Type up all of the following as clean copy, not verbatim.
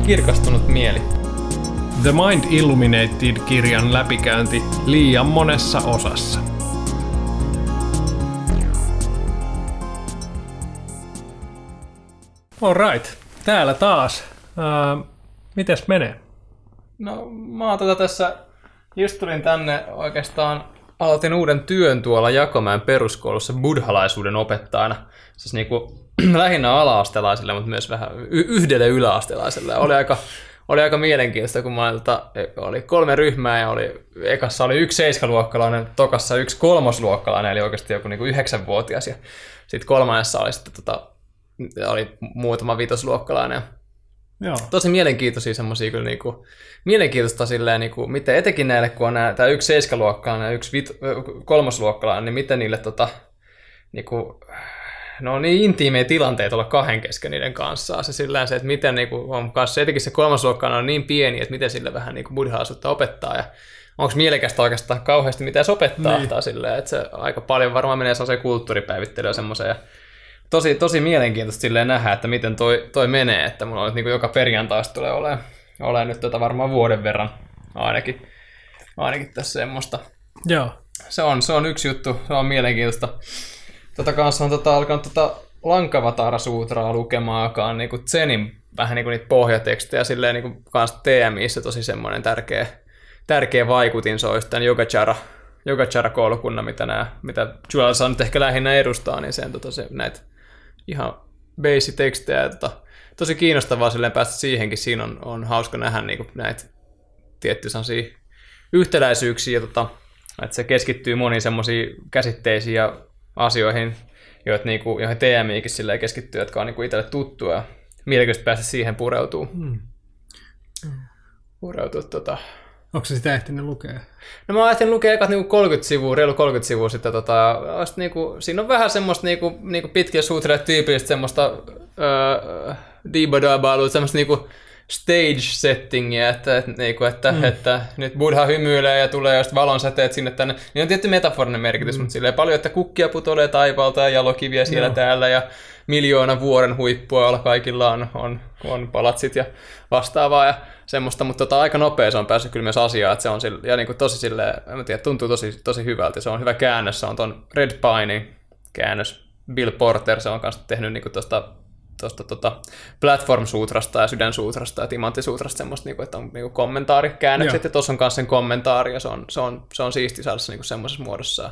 kirkastunut mieli. The Mind Illuminated-kirjan läpikäynti liian monessa osassa. Alright, täällä taas. Mites menee? No mä oon tässä, just tulin tänne oikeastaan, aloitin uuden työn tuolla Jakomäen peruskoulussa buddhalaisuuden opettajana. Siis niinku lähinnä ala-astelaisille, mutta myös vähän yhdelle yläastelaiselle. Oli aika mielenkiintoista, kun oli 3 ryhmää ja ekassa oli 1 7-luokkalainen, tokassa 1 3-luokkalainen, eli oikeasti joku niinku 9-vuotias. Ja sitten 3. oli sitten oli muutama 5-luokkalainen. Joo. Tosi mielenkiintoisia semmoisia kyllä niinku, mielenkiintoista silleen, niinku, miten etenkin näille, kun on tämä 1 7-luokkalainen ja 1 3-luokkalainen, niin miten niille niinku, no on niin intiimejä tilanteita olla 2 kesken niiden kanssa. Se sillään se, että miten niinku, on kanssa, etenkin se 3-luokkalainen on niin pieni, että miten sille vähän niinku buddhalaisuutta opettaa ja onko mielekästä oikeastaan kauheasti mitä se opettaa niin. Silleen, että se aika paljon varmaan menee sellaiseen kulttuuripäivittelyyn ja semmoiseen. Tosi mielenkiintoista silleen nähdä, että miten toi menee, että mulla on niinku joka perjantaista tulee olemaan nyt varmaan vuoden verran ainakin tässä semmoista. Joo. Se on yksi juttu, se on mielenkiintoista. Kanssa on alkanut Lankavatara-suutraa lukemaakaan niinku Zenin vähän niinku niitä pohjatekstejä silleen niinku kanssa TMI:ssä tosi semmoinen tärkeä vaikutin se olisi tämän Yogacara-koulukunnan, mitä Juelsa nyt ehkä lähinnä edustaa, niin se näitä ihan basic-tekstejä. Ja tosi kiinnostavaa silleen päästä siihenkin. Siinä on hauska nähdä niinku näitä tiettyjä sellaisia yhtäläisyyksiä, että se keskittyy moniin semmoisiin käsitteisiin ja asioihin, joihin TMIkin silleen keskittyy, jotka on niinku itselle tuttuja. Ja mielenkiintoista päästä siihen pureutuu. Onko se sitä ehtinyt lukea? No mä oon ehtinyt lukea ekat niinku 30 sivua, reilu 30 sivua sitten. Siinä on vähän semmoista niinku pitkiä suutreja tyypillistä semmoista diibadabailuja, semmoista niinku stage settingiä, että nyt Buddha hymyilee ja tulee just valonsäteet sinne tänne. Niin on tietty metaforinen merkitys, mutta silleen paljon, että kukkia putoilee taivaalta ja jalokiviä siellä täällä ja 1 vuoren huippua, joilla kaikilla on palatsit ja vastaavaa ja semmoista, mutta aika nopea se on päässyt kyllä myös asiaan, että se on ja niin kuin tosi silleen, en tiedä, tuntuu tosi hyvältä. Se on hyvä käännös, se on ton Red Pinein käännös. Bill Porter, se on kanssa tehnyt niin kuin tuosta Platform-suutrasta ja Sydän-suutrasta ja Timantti-suutrasta semmoista, että on niin kommentaarikäännökset ja tuossa on myös sen kommentaari ja se on siisti saada se niin semmoisessa muodossa.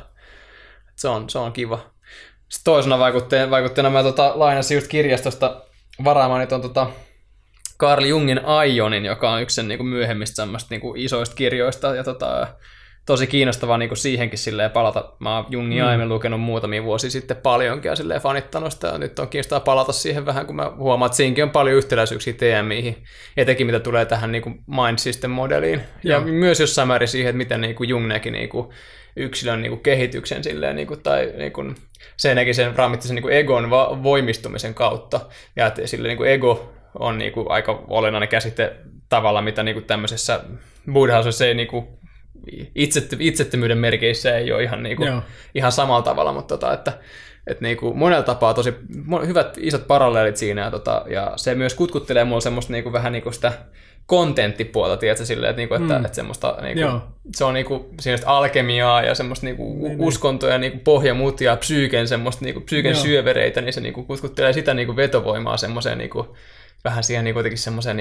Se on kiva. Sitten toisena vaikutteena mä lainasin just kirjastosta varaamani tuon Carl Jungin Aionin, joka on yksi sen niin myöhemmistä semmoista niin isoista kirjoista ja tosi kiinnostavaa niin siihenkin silleen palata. Mä oon Jungin aiemmin lukenut muutamia vuosia sitten paljonkin ja silleen fanittanut sitä ja nyt on kiinnostavaa palata siihen vähän, kun mä huomaan, että siinäkin on paljon yhtäläisyyksiä TMI:hin, etenkin mitä tulee tähän niin mind system modeliin ja myös jossain määrin siihen, että miten niin Jung näki niin yksilön niin kehityksen silleen, niin tai niin se näki sen raamitti sen niin egon voimistumisen kautta ja että silleen niin ego on niin aika olennainen käsite tavalla, mitä niin tämmöisessä buddhalaisuudessa ei niin itsettömyyden merkeissä ei ole ihan, ihan samalla tavalla, mutta että niin monella tapaa tosi hyvät isot paralleelit siinä ja se myös kutkuttelee mulle semmoista niin vähän niin sitä kontenttipuolta, tiedätkö, silleen, että semmoista, se on siinä alkemiaa ja semmoista uskontoja, pohjamutia, psyyken, semmoista psyyken syövereitä, niin se kutkuttelee sitä vetovoimaa semmoiseen vähän siihen jotenkin semmoiseen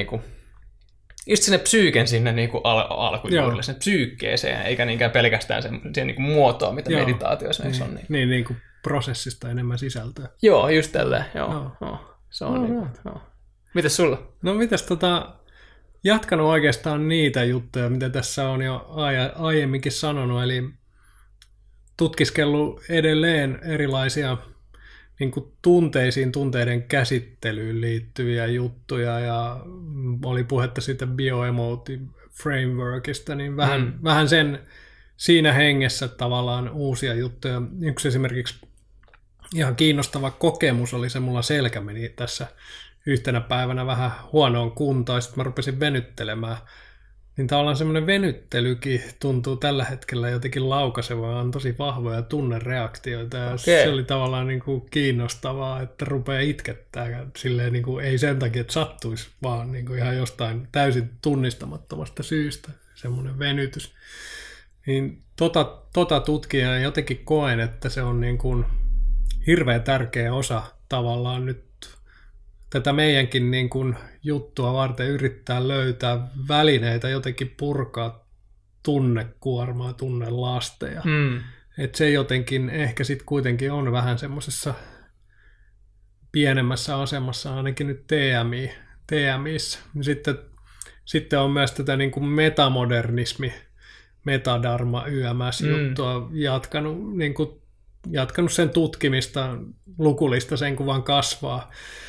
just sinne psyyken sinne alkujuurille, sinne psyykkeeseen, eikä niinkään pelkästään siihen muotoa, mitä meditaatio esimerkiksi on. Niin kuin prosessista enemmän sisältöä. Joo, just tälleen, joo. Se on Mites sulla? No mitäs jatkanut oikeastaan niitä juttuja, mitä tässä on jo aiemminkin sanonut, eli tutkiskellut edelleen erilaisia niin kuin tunteiden käsittelyyn liittyviä juttuja ja oli puhetta siitä bioemotive frameworkista, niin vähän siinä hengessä tavallaan uusia juttuja. Yksi esimerkiksi ihan kiinnostava kokemus oli se, mulla selkä meni tässä yhtenä päivänä vähän huonoon kuntoon, sitten mä rupesin venyttelemään niin tavallaan semmoinen venyttelykin tuntuu tällä hetkellä jotenkin laukaisevaa, on tosi vahvoja tunnereaktioita ja se oli tavallaan niin kuin kiinnostavaa, että rupeaa itkettää silleen niin kuin, ei sen takia, että sattuisi, vaan niin kuin ihan jostain täysin tunnistamattomasta syystä semmoinen venytys. Niin tota tutkija jotenkin koen, että se on niin kuin hirveän tärkeä osa tavallaan nyt tätä meidänkin niin kuin juttua varten yrittää löytää välineitä jotenkin purkaa tunnekuormaa, tunnelasteja. Että se jotenkin ehkä sitten kuitenkin on vähän semmoisessa pienemmässä asemassa, ainakin nyt TMIssä. Sitten on myös tätä niin kuin metamodernismi, metadarma, YMS-juttua jatkanut sen tutkimista lukulista sen kun vaan kasvaa.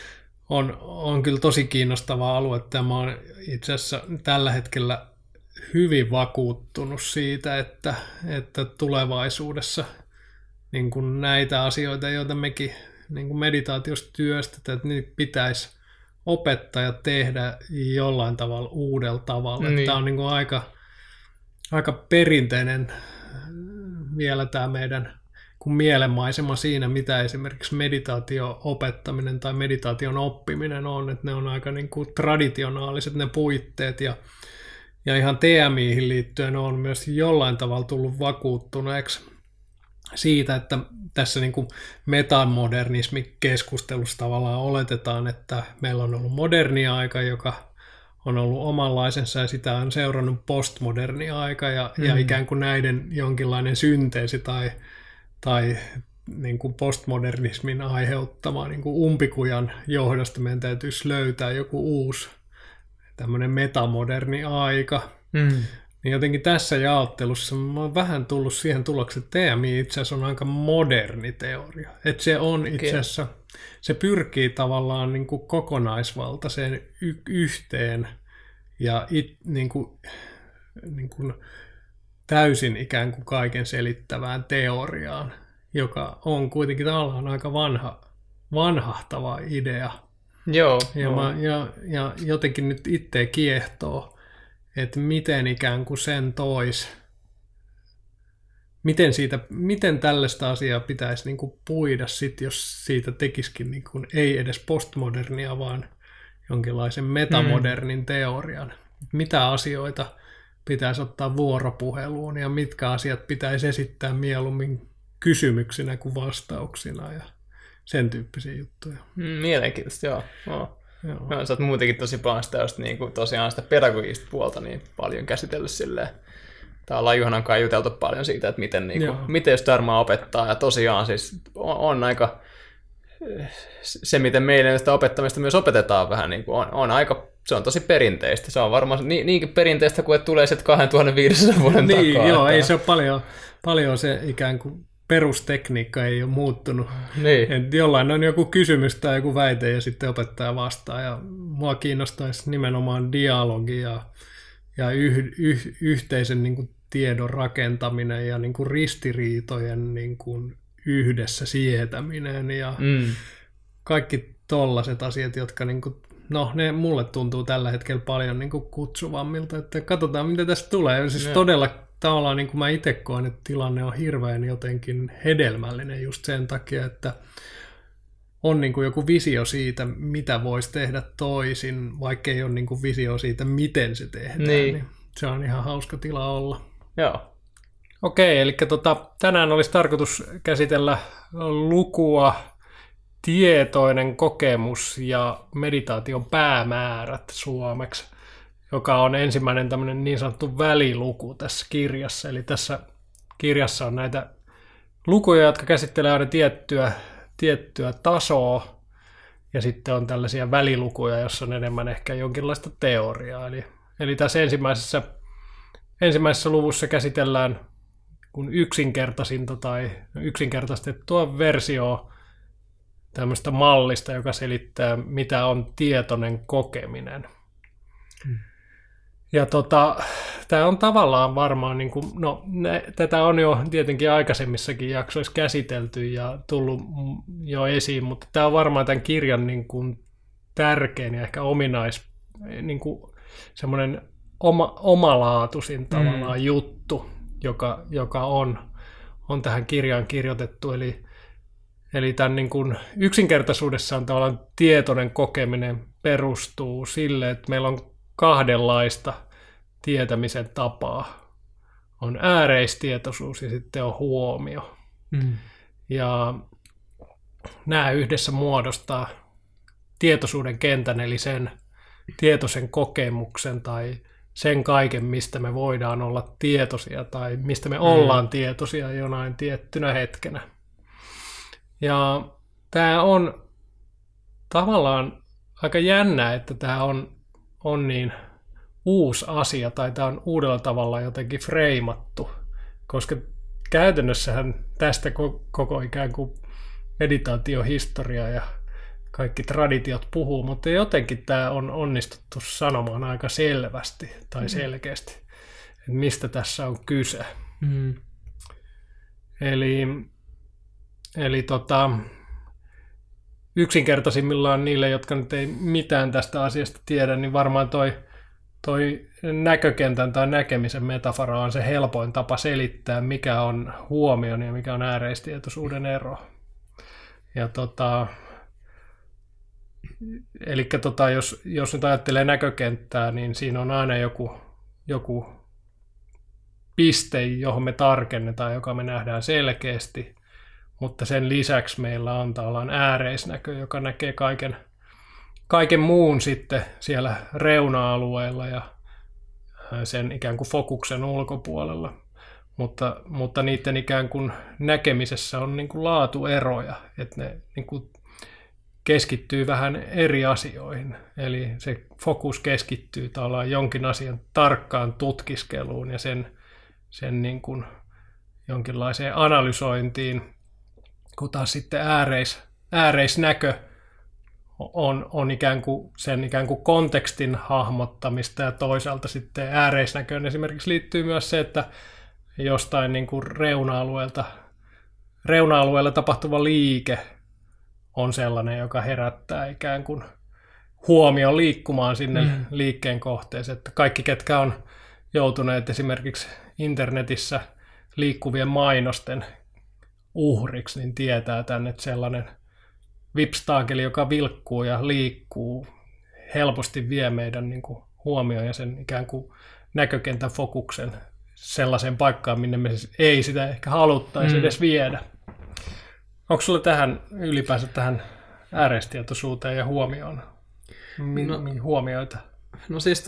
On kyllä tosi kiinnostava alue. Mä oon itse asiassa tällä hetkellä hyvin vakuuttunut siitä, että tulevaisuudessa niin kuin näitä asioita, joita mekin niin kuin meditaatiossa työstetään, että niitä pitäisi opettaa ja tehdä jollain tavalla uudella tavalla. Niin. Tämä on niin kuin aika perinteinen vielä tämä meidän mielenmaisema siinä, mitä esimerkiksi meditaatio-opettaminen tai meditaation oppiminen on, että ne on aika niin kuin traditionaaliset ne puitteet ja ihan TMI:hin liittyen on myös jollain tavalla tullut vakuuttuneeksi siitä, että tässä niin kuin metamodernismikeskustelussa tavallaan oletetaan, että meillä on ollut modernia aika, joka on ollut omanlaisensa ja sitä on seurannut postmodernia aika ja ikään kuin näiden jonkinlainen synteesi tai niin kuin postmodernismin aiheuttama niin kuin umpikujan johdosta meidän täytyisi löytää joku uusi tämmöinen metamoderni aika. Niin jotenkin tässä jaottelussa mä oon vähän tullut siihen tulokseen, että TMI itse asiassa on aika moderni teoria. Että se on itse asiassa, se pyrkii tavallaan niin kuin kokonaisvaltaiseen yhteen ja niin kuin täysin ikään kuin kaiken selittävään teoriaan, joka on kuitenkin tavallaan aika vanhahtava idea. Joo. Ja jotenkin nyt itse kiehtoo, että miten ikään kuin sen tois, miten tällaista asiaa pitäisi niin kuin puida sit, jos siitä tekisikin niin kuin, ei edes postmodernia, vaan jonkinlaisen metamodernin teorian. Mitä asioita pitäisi ottaa vuoropuheluun ja mitkä asiat pitäisi esittää mieluummin kysymyksinä kuin vastauksina ja sen tyyppisiä juttuja. Mielenkiintoista, joo. Sä oot muutenkin tosi paljon sitä, just niin kuin tosiaan sitä pedagogista puolta niin paljon käsitellyt silleen. Tää ollaan Juhanan kanssa juteltu paljon siitä, että miten jos Dharmaa opettaa, ja tosiaan siis on aika se, miten meille sitä opettamista myös opetetaan vähän, niin kuin on aika, se on tosi perinteistä. Se on varmaan niinkin perinteistä kuin, että tulee sitten 2500 vuoden takaa. Niin, joo, ei se ole paljon se ikään kuin perustekniikka ei ole muuttunut. Niin. Et jollain on joku kysymys tai joku väite ja sitten opettaja vastaa. Ja mua kiinnostaisi nimenomaan dialogi ja yhteisen niin kuin tiedon rakentaminen ja niin kuin ristiriitojen niin kuin yhdessä sietäminen ja kaikki tollaiset asiat, jotka niin kuin, ne mulle tuntuu tällä hetkellä paljon niin kuin kutsuvammilta, että katsotaan mitä tästä tulee. Siis todella tavallaan niin kuin mä itse koen, että tilanne on hirveän jotenkin hedelmällinen just sen takia, että on niin kuin joku visio siitä, mitä voisi tehdä toisin, vaikka ei ole niin kuin visio siitä, miten se tehdään. Niin se on ihan hauska tila olla. Joo. Okei, eli tänään olisi tarkoitus käsitellä lukua tietoinen kokemus ja meditaation päämäärät suomeksi, joka on ensimmäinen tämmöinen niin sanottu väliluku tässä kirjassa. Eli tässä kirjassa on näitä lukuja, jotka käsittelee aina tiettyä tasoa, ja sitten on tällaisia välilukuja, jossa on enemmän ehkä jonkinlaista teoriaa. Eli tässä ensimmäisessä luvussa käsitellään kun yksinkertaisinta tai yksinkertaistettua versiota tämmöistä mallista, joka selittää, mitä on tietoinen kokeminen. Ja tämä on tavallaan varmaan, niin kuin, tätä on jo tietenkin aikaisemmissakin jaksoissa käsitelty ja tullut jo esiin, mutta tämä on varmaan tämän kirjan niin kuin tärkein ja ehkä niin kuin semmoinen omalaatuisin tavallaan juttu, joka on tähän kirjaan kirjoitettu. Eli tämän niin kuin yksinkertaisuudessaan tavallaan tietoinen kokeminen perustuu sille, että meillä on kahdenlaista tietämisen tapaa. On ääreistietoisuus ja sitten on huomio. Ja nämä yhdessä muodostaa tietoisuuden kentän, eli sen tietoisen kokemuksen tai sen kaiken, mistä me voidaan olla tietoisia tai mistä me ollaan tietoisia jonain tiettynä hetkenä. Ja tämä on tavallaan aika jännä, että tämä on niin uusi asia tai tämä on uudella tavalla jotenkin freimattu, koska käytännössähän tästä koko ikään kuin meditaatiohistoria ja kaikki traditiot puhuu, mutta jotenkin tämä on onnistuttu sanomaan aika selvästi tai selkeästi, että mistä tässä on kyse. Eli yksinkertaisimmillaan niille, jotka nyt ei mitään tästä asiasta tiedä, niin varmaan toi näkökentän tai näkemisen metafora on se helpoin tapa selittää, mikä on huomion ja mikä on ääreistietoisuuden ero. Ja jos nyt ajattelee näkökenttää, niin siinä on aina joku piste, johon me tarkennetaan, joka me nähdään selkeästi, mutta sen lisäksi meillä on tavallaan ääreisnäkö, joka näkee kaiken muun sitten siellä reuna-alueella ja sen ikään kuin fokuksen ulkopuolella. Mutta niiden ikään kuin näkemisessä on niin kuin laatueroja, että ne niin kuin keskittyy vähän eri asioihin. Eli se fokus keskittyy tavallaan jonkin asian tarkkaan tutkiskeluun ja sen niin kuin jonkinlaiseen analysointiin, kun taas sitten ääreisnäkö on ikään kuin sen ikään kuin kontekstin hahmottamista, ja toisaalta sitten ääreisnäköön esimerkiksi liittyy myös se, että jostain niin kuin reuna-alueella tapahtuva liike on sellainen, joka herättää ikään kuin huomion liikkumaan sinne liikkeen kohteeseen. Että kaikki, ketkä on joutuneet esimerkiksi internetissä liikkuvien mainosten uhriksi, niin tietää tämän, että sellainen vipstaakeli, joka vilkkuu ja liikkuu, helposti vie meidän niin kuin huomioon ja sen ikään kuin näkökentän fokuksen sellaiseen paikkaan, minne me ei sitä ehkä haluttaisi edes viedä. Onko sulla tähän ylipäänsä tähän ääreistietoisuuteen ja huomioon huomioita? No siis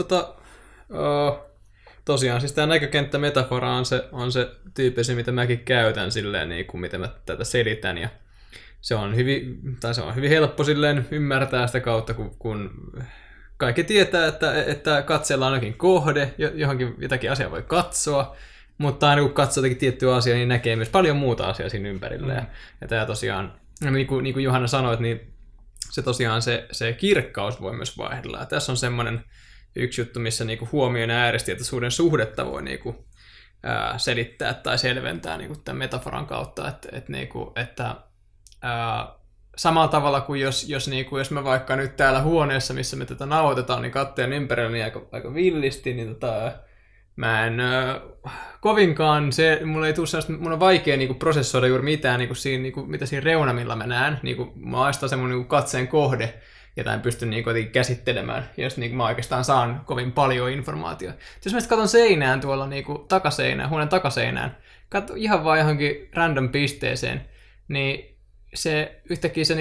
tosiaan siis tämä näkökenttämetafora on se tyyppisi, mitä mäkin käytän silleen, niin kuin miten mä tätä selitän, ja se on hyvin helppo silleen ymmärtää sitä kautta, kun kaikki tietää, että katseella on jokin kohde, johonkin jotakin asiaa voi katsoa, mutta aina kun katsoo jotakin tiettyä asiaa, niin näkee myös paljon muuta asiaa siinä ympärillä. Ja tämä tosiaan, niin kuin Johanna sanoit, niin se tosiaan se kirkkaus voi myös vaihdella. Ja tässä on semmoinen yksi juttu, missä niinku huomion ja ääristietoisuuden suhdetta voi niinku, selittää tai selventää niinku tämän metaforan kautta, että samalla tavalla kuin jos me vaikka nyt täällä huoneessa, missä me tätä nauhoitetaan, niin katteen ympärillä niin aika villisti, niin mä en kovinkaan, mulla ei tule sellaista, mun on vaikea niinku prosessoida juuri mitään, niinku mitä siinä reunamilla mä näen, niinku mä aistan semmoinen niinku katseen kohde, jota en pysty niinku jotenkin käsittelemään, jos niinku mä oikeastaan saan kovin paljon informaatiota. Jos mä sitten katson seinään tuolla niinku huoneen takaseinään, katso ihan vaan johonkin random pisteeseen, niin se yhtäkkiä se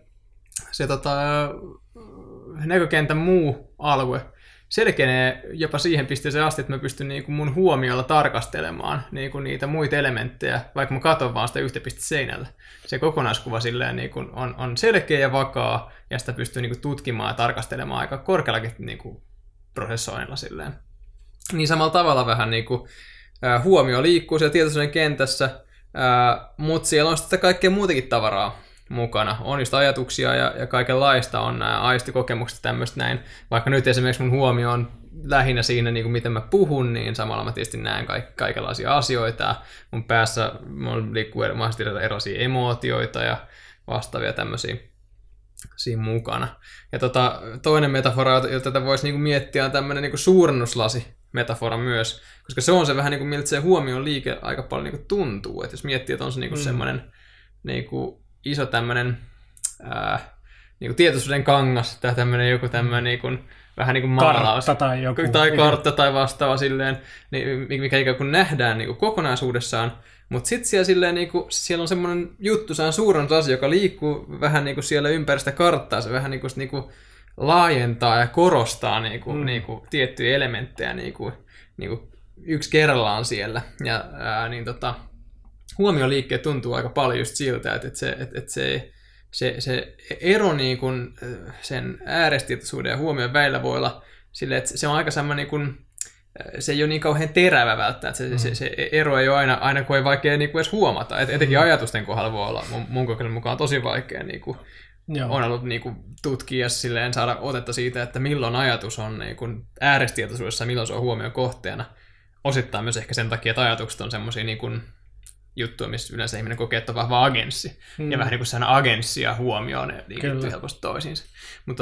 näkökentän muu alue selkenee jopa siihen pisteeseen asti, että mä pystyn niinku mun huomiolla tarkastelemaan niinku niitä muita elementtejä, vaikka mä katson vaan sitä yhtä pistettä seinällä. Se kokonaiskuva silleen niinku on selkeä ja vakaa, ja sitä pystyy niinku tutkimaan ja tarkastelemaan aika korkeallakin niinku prosessoinnilla silleen. Niin samalla tavalla vähän niinku, huomio liikkuu siellä tietoisuuden kentässä, mutta siellä on sitten kaikkea muutakin tavaraa mukana. On just ajatuksia ja kaikenlaista, on nämä aistikokemukset ja tämmöistä näin. Vaikka nyt esimerkiksi mun huomio on lähinnä siinä, niin kuin miten mä puhun, niin samalla mä tietysti näen kaikenlaisia asioita. Mun päässä liikkuu mahdollisesti erilaisia emootioita ja vastaavia tämmöisiä siinä mukana. Ja toinen metafora, jota tätä voisi niinku miettiä, on tämmöinen niinku suurennuslasi-metafora myös, koska se on se vähän niin kuin miltä se huomion liike aika paljon niinku tuntuu. Et jos miettii, että on se niinku semmoinen niinku iso tämmöinen niinku tietoisuuden kangas tai tämmöinen joku tämmöinen niinku, vähän niin kuin maalaus. Kartta tai joku. Tai kartta tai vastaava silleen, niin, mikä ikään kuin nähdään niinku kokonaisuudessaan. Mutta sitten siellä, niinku, siellä on semmoinen juttu, se on suurennuslasi, joka liikkuu vähän niinku siellä ympäri sitä karttaa. Se vähän niinku laajentaa ja korostaa niinku tiettyjä elementtejä niinku yksi kerrallaan siellä. Ja huomioliikkeet tuntuu aika paljon just siltä, että se ero niin kun sen äärestietoisuuden ja huomion välillä voi olla silleen, että se on aika semmoinen, niin kun, se ei ole niin kauhean terävä välttämättä. Se ero ei ole aina kun ei vaikea niin edes huomata. Etenkin ajatusten kohdalla voi olla mun kokeilujen mukaan tosi vaikea on ollut tutkia silleen, saada otetta siitä, että milloin ajatus on äärestietoisuudessa ja milloin se on huomion kohteena. Osittain myös ehkä sen takia, että ajatukset on semmoisia juttuja, missä yleensä ihminen kokee, että on vahva agenssi. Ja vähän niin kuin sen agenssi ja huomio on liikittyy helposti toisiinsa. Mutta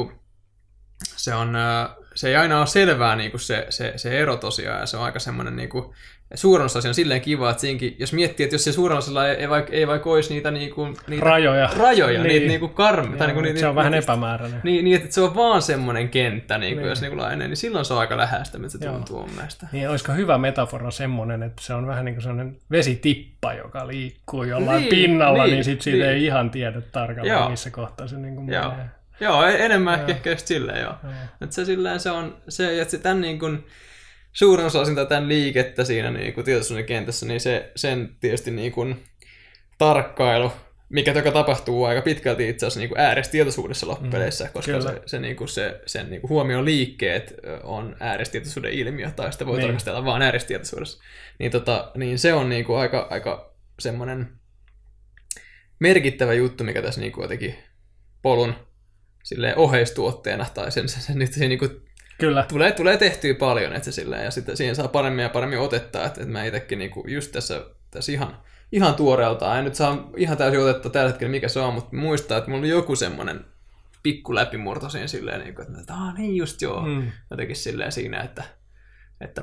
se ei aina ole selvää se ero tosiaan, ja se on aika semmoinen suurennuslasi on silleen kiva, että siinkin, jos miettii, että jos se suurennuslasilla ei vaikka olisi niitä rajoja, niitä karmeja. Se on vähän epämääräinen. Niin, että se on vaan semmoinen kenttä, jos laineen, niin silloin se on aika läheistä, mitä se tuntuu mun mielestä. Niin, olisiko hyvä metafora semmoinen, että se on vähän niin kuin semmoinen vesitippa, joka liikkuu jollain pinnalla, niin sitten siitä ei ihan tiedä tarkalleen, missä kohtaa se menee. Joo, enemmän ehkä silleen, joo. Että se silleen että se tämän suurennuslasin tai tämän liikettä siinä tietoisuuden kentässä, niin sen tietysti tarkkailu, mikä tapahtuu aika pitkälti itse asiassa ääristietoisuudessa loppupeleissä, koska sen huomion liikkeet on ääristietoisuuden ilmiö, tai sitä voi tarkastella vaan ääristietoisuudessa. Niin se on aika semmoinen merkittävä juttu, mikä tässä jotenkin polun silleen oheistuotteena, tai se Kyllä. Tulee tehtyä paljon, että se silleen, ja sitten siihen saa paremmin ja paremmin otetta, että mä itsekin just tässä ihan tuoreeltaan, en nyt saa ihan täysin otetta tällä hetkellä, mikä se on, mutta muistaa, että mulla oli joku semmoinen pikku läpimurto siinä silleen, että niin just joo, jotenkin silleen siinä, että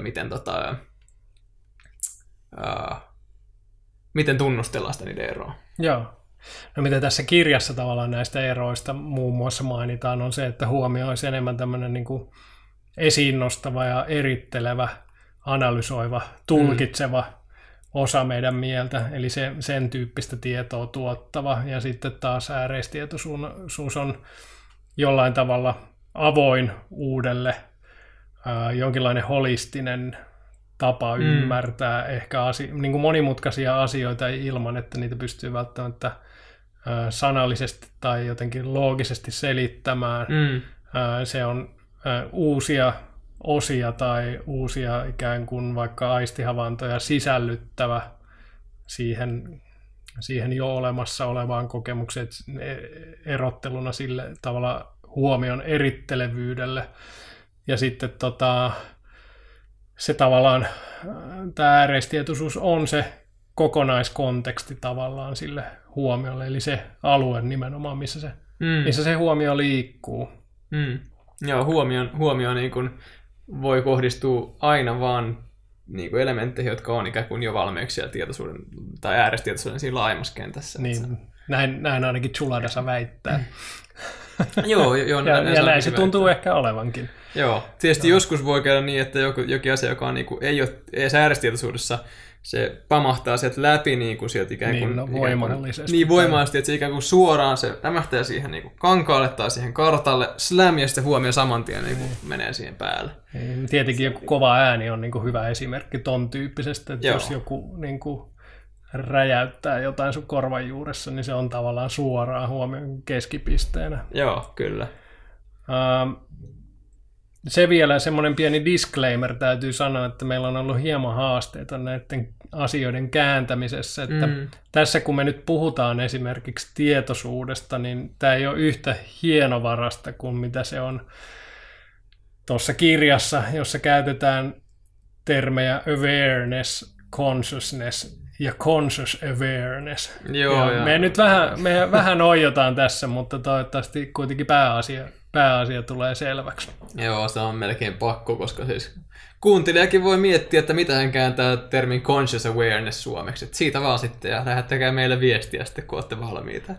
miten tunnustellaan sitä niiden eroa. Joo. No mitä tässä kirjassa tavallaan näistä eroista muun muassa mainitaan on se, että huomio olisi enemmän tämmöinen esiin nostava ja erittelevä, analysoiva, tulkitseva osa meidän mieltä, eli sen tyyppistä tietoa tuottava, ja sitten taas ääreistietoisuus on jollain tavalla avoin uudelle, jonkinlainen holistinen tapa ymmärtää ehkä monimutkaisia asioita ilman, että niitä pystyy välttämättä sanallisesti tai jotenkin loogisesti selittämään. Se on uusia osia tai uusia ikään kuin vaikka aistihavaintoja sisällyttävä siihen jo olemassa olevaan kokemukseen erotteluna sille tavalla huomion erittelevyydelle. Ja sitten se tavallaan, tämä ääreistietoisuus on se kokonaiskonteksti tavallaan sille huomiolle, eli se alue nimenomaan, missä se huomio liikkuu. Joo, huomio voi kohdistua aina vaan elementteihin, jotka on ikään kuin jo valmiiksi siellä tietoisuuden tai ääreistietoisuuden siinä laajemmassa kentässä. Niin, näin ainakin Chuladasa väittää. Joo, ja näin se tuntuu ehkä olevankin. Joo, tietysti joskus voi käydä niin, että jokin asia, joka on, ei ole edes ääreistietoisuudessa, se pamahtaa sieltä läpi sieltä ikään kuin voimallisesti. Niin voimallisesti, että se ikään kuin suoraan se lämähtää siihen kankaalle tai siihen kartalle, slam, ja sitten huomio saman tien menee siihen päälle. Tietenkin joku kova ääni on hyvä esimerkki ton tyyppisestä, että jos joku räjäyttää jotain sun korvan juuressa, niin se on tavallaan suoraan huomion keskipisteenä. Joo, kyllä. Se vielä semmoinen pieni disclaimer täytyy sanoa, että meillä on ollut hieman haasteita näiden asioiden kääntämisessä, että tässä kun me nyt puhutaan esimerkiksi tietoisuudesta, niin tämä ei ole yhtä hienovarasta kuin mitä se on tuossa kirjassa, jossa käytetään termejä awareness, consciousness ja conscious awareness. Joo, ja me vähän oijotaan tässä, mutta toivottavasti kuitenkin pääasia tulee selväksi. Joo, se on melkein pakko, koska siis kuuntelijakin voi miettiä, että mitä hän kääntää termin conscious awareness suomeksi. Et siitä vaan sitten ja lähettäkää meille viestiä sitten, kun olette valmiita.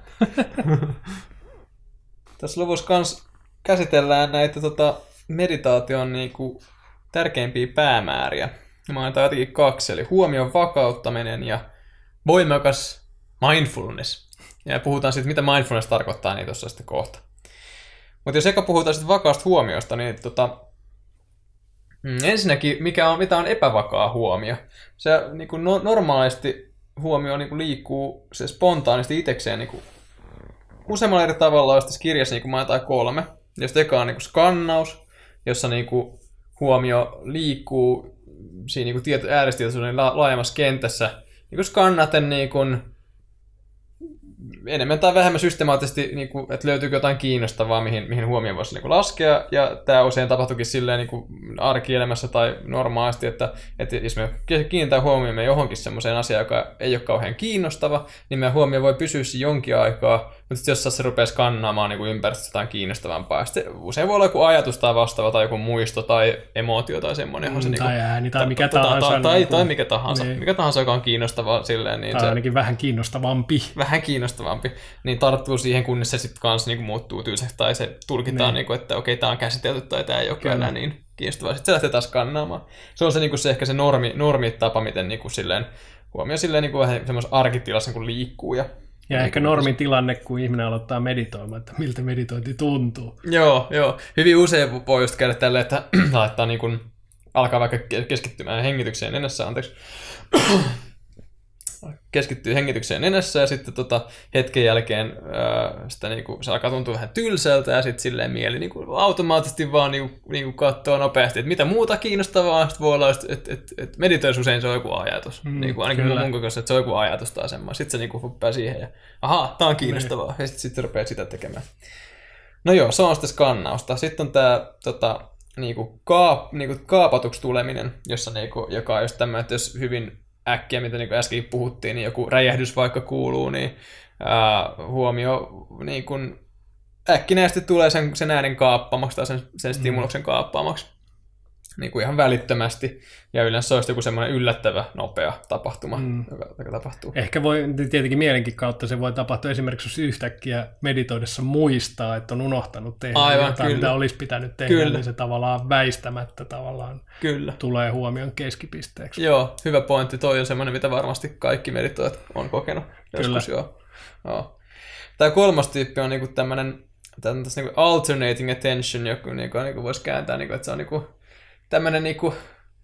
Tässä luvussa kans käsitellään näitä meditaation niinku tärkeimpiä päämääriä. Mainitaan jotenkin 2, eli huomion vakauttaminen ja voimakas mindfulness. Ja puhutaan siitä, mitä mindfulness tarkoittaa, niin tuossa sitten kohta. Mutta jos eka puhutaan sitten vakaasta huomiosta, niin ensinnäkin, mitä on epävakaa huomio. Se niin kuin normaalisti huomio niin kuin liikkuu se spontaanisti itsekseen niin kuin useammalla eri tavalla, jos tässä kirjassa niin kuin mainitaan 3. Josta eka on niin kuin skannaus, jossa niin kuin huomio liikkuu siinä niin ääristietoisuuden laajemmassa kentässä. Niin kuin skannaten niin kuin enemmän tai vähemmän systemaattisesti, niin kuin, että löytyykö jotain kiinnostavaa, mihin huomioon voisi niin kuin laskea. Ja tämä usein tapahtuukin silleen niin kuin arkielämässä tai normaalisti, että jos me kiinnitetään huomioon johonkin semmoiseen asiaan, joka ei ole kauhean kiinnostava, niin meidän huomio voi pysyä jonkin aikaa, mutta jos se rupeaa skannaamaan niin ympäristössä jotain kiinnostavampaa, sitten usein voi olla joku ajatus tai vastaava, tai joku muisto tai emootio tai semmoinen. Tai ääni tai mikä tahansa. Tai mikä tahansa. Niin. Mikä tahansa, joka on kiinnostavaa silleen. Niin tai ainakin vähän kiinnostavampi. Vähän kiinnostavampi. Niin tarttuu siihen, kunnes se sitten kanssa niin muuttuu tylsäksi, tai se tulkitaan, niin kuin, että okei, tämä on käsitelty, tai tämä ei ole enää niin kiinnostavaa. Sitten se lähtee taas skannaamaan. Se on se, niin kuin se ehkä se normitapa, miten niin kuin silleen, huomio silleen niin kuin vähän semmoisessa arkitilassa niin liikkuu. Ja ehkä normitilanne, kun ihminen aloittaa meditoimaan, että miltä meditointi tuntuu. Joo. Hyvin usein voi just käydä tälleen, että laittaa niin kuin, alkaa vaikka keskittymään hengitykseen nenässä, keskittyy hengitykseen nenässä ja sitten hetken jälkeen sitä niinku, se alkaa tuntua vähän tylsältä ja sitten silleen mieli niinku, automaattisesti vaan niinku katsoo nopeasti, että mitä muuta kiinnostavaa, sitten voi olla, että meditoisi usein se on joku ajatus, niinku, ainakin mun kokemuksessa, että se on joku ajatus tai semmoinen, sitten se niinku huppää siihen ja ahaa, tää on kiinnostavaa ja sitten rupeaa sitä tekemään. No joo, se on sitten skannausta. Sitten on tää niinku kaapatuksi tuleminen, jossa niinku, joka on just tämmöinen, että jos hyvin äkkiä, mitä niin äsken puhuttiin, niin joku räjähdys vaikka kuuluu, niin huomio niin kun äkkinäisesti tulee sen äänen kaappaamaksi tai sen stimuluksen kaappaamaksi niin kuin ihan välittömästi. Ja yleensä se olisi joku semmoinen yllättävä, nopea tapahtuma, joka tapahtuu. Ehkä voi tietenkin mielenkin kautta se voi tapahtua esimerkiksi, jos yhtäkkiä meditoidessa muistaa, että on unohtanut tehdä jotain, mitä olisi pitänyt tehdä, niin se tavallaan väistämättä tulee huomion keskipisteeksi. Joo, hyvä pointti. Toi on semmoinen, mitä varmasti kaikki meditoijat on kokenut joskus. Joo. Tämä 3. tyyppi on niinku tämmöinen niinku alternating attention, joka niinku voisi kääntää, niinku, että se on niinku tämmöinen niinku,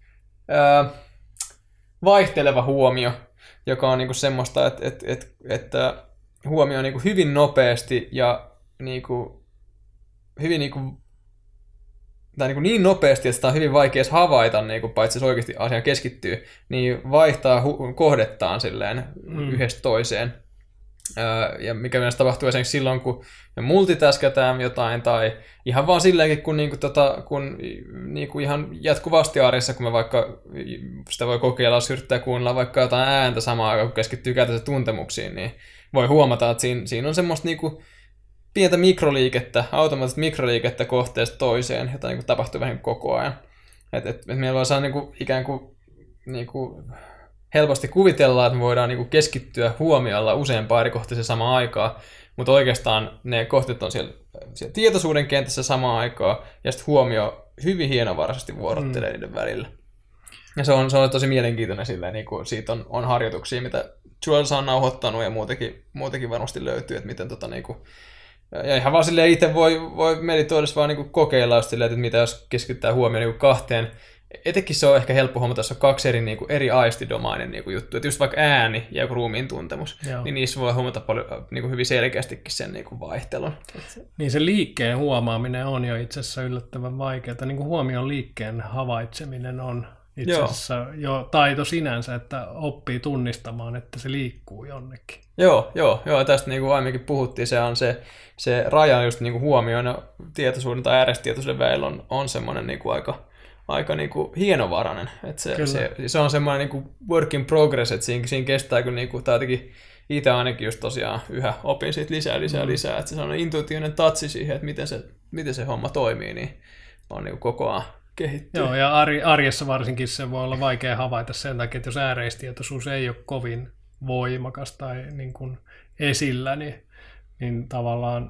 vaihteleva huomio, joka on niinku semmoista, että huomio on niinku hyvin nopeasti ja niinku, hyvin niinku, tai niin nopeasti, että sitä on hyvin vaikea havaita, niinku, paitsi se oikeasti asiaan keskittyy, niin vaihtaa kohdettaan silleen yhdestä toiseen. Ja mikä myös tapahtuu esimerkiksi silloin, kun me multitaskataan jotain, tai ihan vaan silleenkin, kun ihan jatkuvasti arjessa, kun me vaikka sitä voi kokeilla, jos yrittää kuunnella vaikka jotain ääntä samaan aikaan, kun keskittyy käytännössä tuntemuksiin, niin voi huomata, että siinä on semmoista niinku pientä mikroliikettä, automaattista mikroliikettä kohteesta toiseen, jota niinku tapahtuu vähän koko ajan. Et meillä voi saada ikään kuin helposti kuvitellaan, että me voidaan niinku keskittyä huomiolla useampaan eri kohteeseen samaan aikaan, mutta oikeastaan ne kohteet on siellä tietoisuuden kentässä samaan aikaan, ja sitten huomio hyvin hienovaraisesti vuorottelee niiden välillä. Ja se on tosi mielenkiintoinen silleen, niinku siitä on harjoituksia, mitä Jules on nauhoittanut, ja muutenkin varmasti löytyy, että miten ja ihan vaan silleen itse voi meditoidessa vaan niinku kokeilla just silleen, että mitä jos keskittää huomioon niinku 2. Etenkin se on ehkä helppo huomata, jos on 2 eri aistidomainen juttu. Että just vaikka ääni ja joku ruumiin tuntemus, niin niissä voi huomata paljon hyvin selkeästikin sen vaihtelun. Niin se liikkeen huomaaminen on jo itse asiassa yllättävän vaikeaa. Huomion liikkeen havaitseminen on itse asiassa jo taito sinänsä, että oppii tunnistamaan, että se liikkuu jonnekin. Joo, tästä aiemminkin puhuttiin, se on se raja just huomioon ja tietoisuuden tai ääristietoisuuden välillä on semmoinen aika aika niinku hienovarainen. Et se on semmoinen niinku work in progress, että siinä kestää kyllä niinku, tai jotenkin itse ainakin just tosiaan yhä opin siitä lisää, että se on intuitiivinen tatsi siihen, että miten se homma toimii, niin on niinku koko ajan kehittyy. Joo, ja arjessa varsinkin se voi olla vaikea havaita sen takia, että jos ääreistietoisuus ei ole kovin voimakas tai niin kuin esillä, niin tavallaan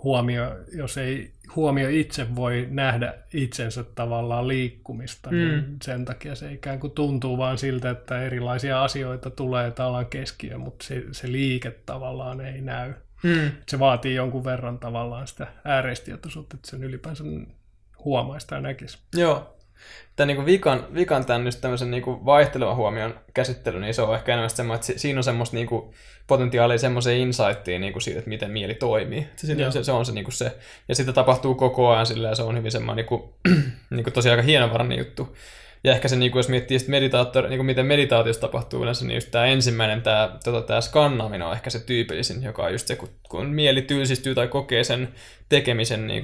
jos ei huomio itse voi nähdä itsensä tavallaan liikkumista, niin sen takia se ikään kuin tuntuu vaan siltä, että erilaisia asioita tulee tavallaan keskiöön, mutta se liike tavallaan ei näy. Se vaatii jonkun verran tavallaan sitä ääreistietoisuutta, että sen ylipäänsä huomaisi tai näkisi. Joo. Tämän niin vikan tämän just tämmöisen niin vaihtelevan huomion käsittely, niin se on ehkä enemmän semmoinen, että siinä on semmoista niin potentiaalia semmoiseen insightiin niin siitä, että miten mieli toimii. Se on se, niin se. Ja sitä tapahtuu koko ajan sillä, ja se on hyvin semmoinen niin tosiaan aika hienovarainen juttu. Ja ehkä se, niin jos miettii niin miten meditaatiossa tapahtuu yleensä, niin just tämä ensimmäinen, tämä skannaaminen on ehkä se tyypillisin, joka on just se, kun mieli tylsistyy tai kokee sen tekemisen niin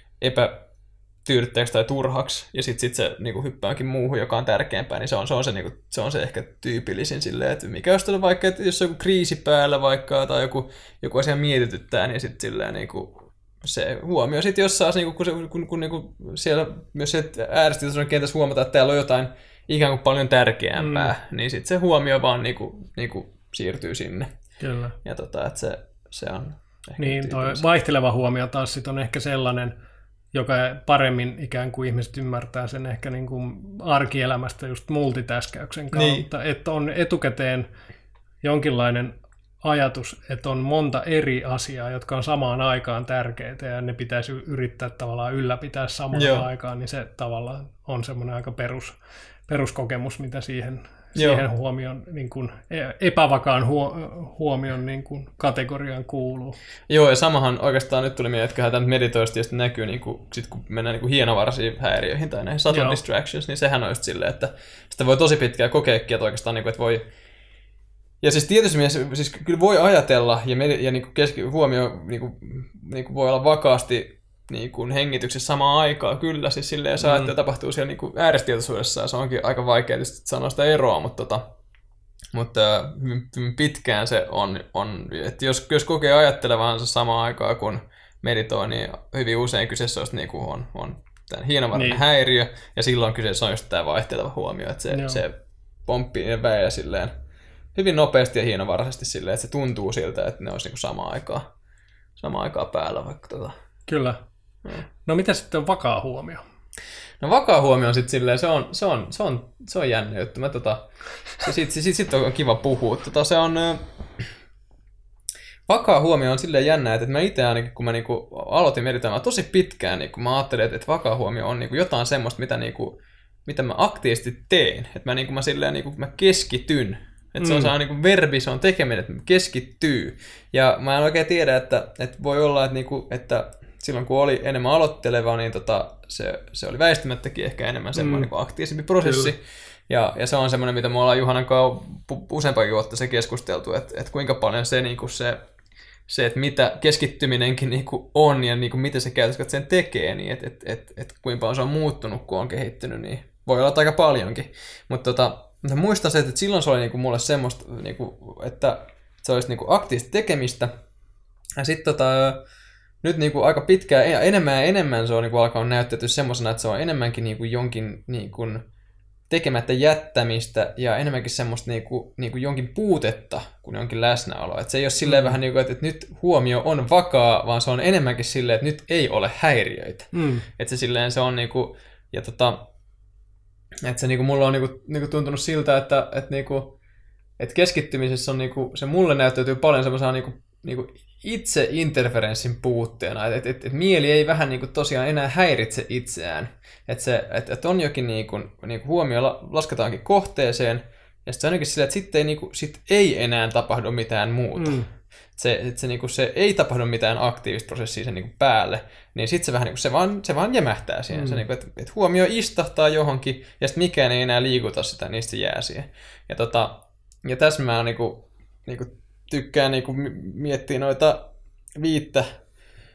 epätyydyttäjäksi tai turhaksi, ja sitten se niinku hyppääkin muuhun, joka on tärkeämpää, niin se on se ehkä tyypillisin silleen, että mikä jos on vaikka, että jos on joku kriisi päällä vaikka, tai joku asia mietityttää, niin sitten silleen niinku se huomio sitten jossain, kun niinku siellä myös se ääristietoisuuden kentässä huomataan, että täällä on jotain ikään kuin paljon tärkeämpää, niin sitten se huomio vaan niinku siirtyy sinne. Kyllä. Ja että se on ehkä niin, toi vaihteleva huomio taas sit on ehkä sellainen, joka paremmin ikään kuin ihmiset ymmärtää sen ehkä niin kuin arkielämästä just multitaskauksen kautta, niin. Että on etukäteen jonkinlainen ajatus, että on monta eri asiaa, jotka on samaan aikaan tärkeitä ja ne pitäisi yrittää tavallaan ylläpitää samaan aikaan, niin se tavallaan on semmoinen aika peruskokemus, mitä siihen huomion, niin kuin epävakaan huomion niin kuin kategoriaan kuuluu. Joo, ja samahan oikeastaan nyt tuli mieleen, että tämä meditoista ja sitten näkyy, niin kuin, sit kun mennään niin kuin hienovaraisiin häiriöihin tai näihin subtle distractions, niin sehän on just silleen, että sitä voi tosi pitkään kokeekin, että oikeastaan, niin kuin, että voi. Ja siis tietysti siis kyllä voi ajatella, ja niin kuin huomio niin kuin voi olla vakaasti niin kuin hengityksessä samaan aikaan, kyllä, siis silleen saa, että tapahtuu siellä niin kuin ääristietoisuudessa, ja se onkin aika vaikea sanoa sitä eroa, mutta hyvin pitkään se on että jos kokee ajattelevansa samaan aikaan, kun meditoi, niin hyvin usein kyseessä olisi, niin kuin on tämä hienovarainen häiriö, ja silloin kyseessä on just tämä vaihteleva huomio, että se pomppii ne väejä silleen hyvin nopeasti ja hienovaraisesti silleen, että se tuntuu siltä, että ne olisi niin kuin samaan aikaan päällä vaikka Kyllä. No mitä sitten on vakaa huomio? No vakaa huomio on sitten silleen, se on jännä juttu. Sitten on kiva puhua. Vakaa huomio on silleen jännä, että mä itse ainakin, kun mä niinku aloitin meditoimaan tosi pitkään, niin kun mä ajattelin, että vakaa huomio on niinku jotain semmoista, mitä mä aktiivisesti teen. Että mä keskityn. Että se on sellainen niin verbi, se on tekeminen, että keskittyy. Ja mä en oikein tiedä, että voi olla, että silloin kun oli enemmän aloitteleva, niin se oli väistämättäkin ehkä enemmän semmoinen niin aktiivisempi prosessi. Ja se on semmoinen, mitä me ollaan Juhanan kanssa useampakin vuotta se keskusteltu, että kuinka paljon se, niin kuin se että mitä keskittyminenkin niin kuin on ja niin kuin mitä se käytössä sen tekee, niin että kuinka paljon se on muuttunut, kun on kehittynyt, niin voi olla aika paljonkin. Mutta muistan se, että silloin se oli niin kuin mulle semmoista, niin kuin, että se olisi niin kuin aktiivista tekemistä. Ja sitten nyt niin kuin aika pitkään ja enemmän se on niin kuin alkanut näyttäytyä semmoisena, että se on enemmänkin niin kuin jonkin niin kuin tekemättä jättämistä ja enemmänkin semmoista niin kuin jonkin puutetta kuin jonkin läsnäoloa. Että se ei ole silleen vähän niin kuin, että nyt huomio on vakaa, vaan se on enemmänkin silleen, että nyt ei ole häiriöitä. Että se silleen se on niin kuin, ja että se niinku mulla on niinku tuntunut siltä, että keskittymisessä on niinku, se mulle näyttäytyy paljon semmoisena niinku itse interferenssin puutteena, että mieli ei vähän niinku tosiaan enää häiritse itseään, että on jokin niinku huomio lasketaankin kohteeseen ja sitten se on jokin silleen, että sit ei enää tapahdu mitään muuta. Se ei tapahdu mitään aktiivista prosessia sen niinku päälle, niin sitten se vähän niinku, se vaan jämähtää siihen. Se niinku, että huomio istahtaa johonkin ja sitten mikään ei enää liikuta sitä, niin se jää siihen. Ja tässä mä niinku tykkään niinku miettiä noita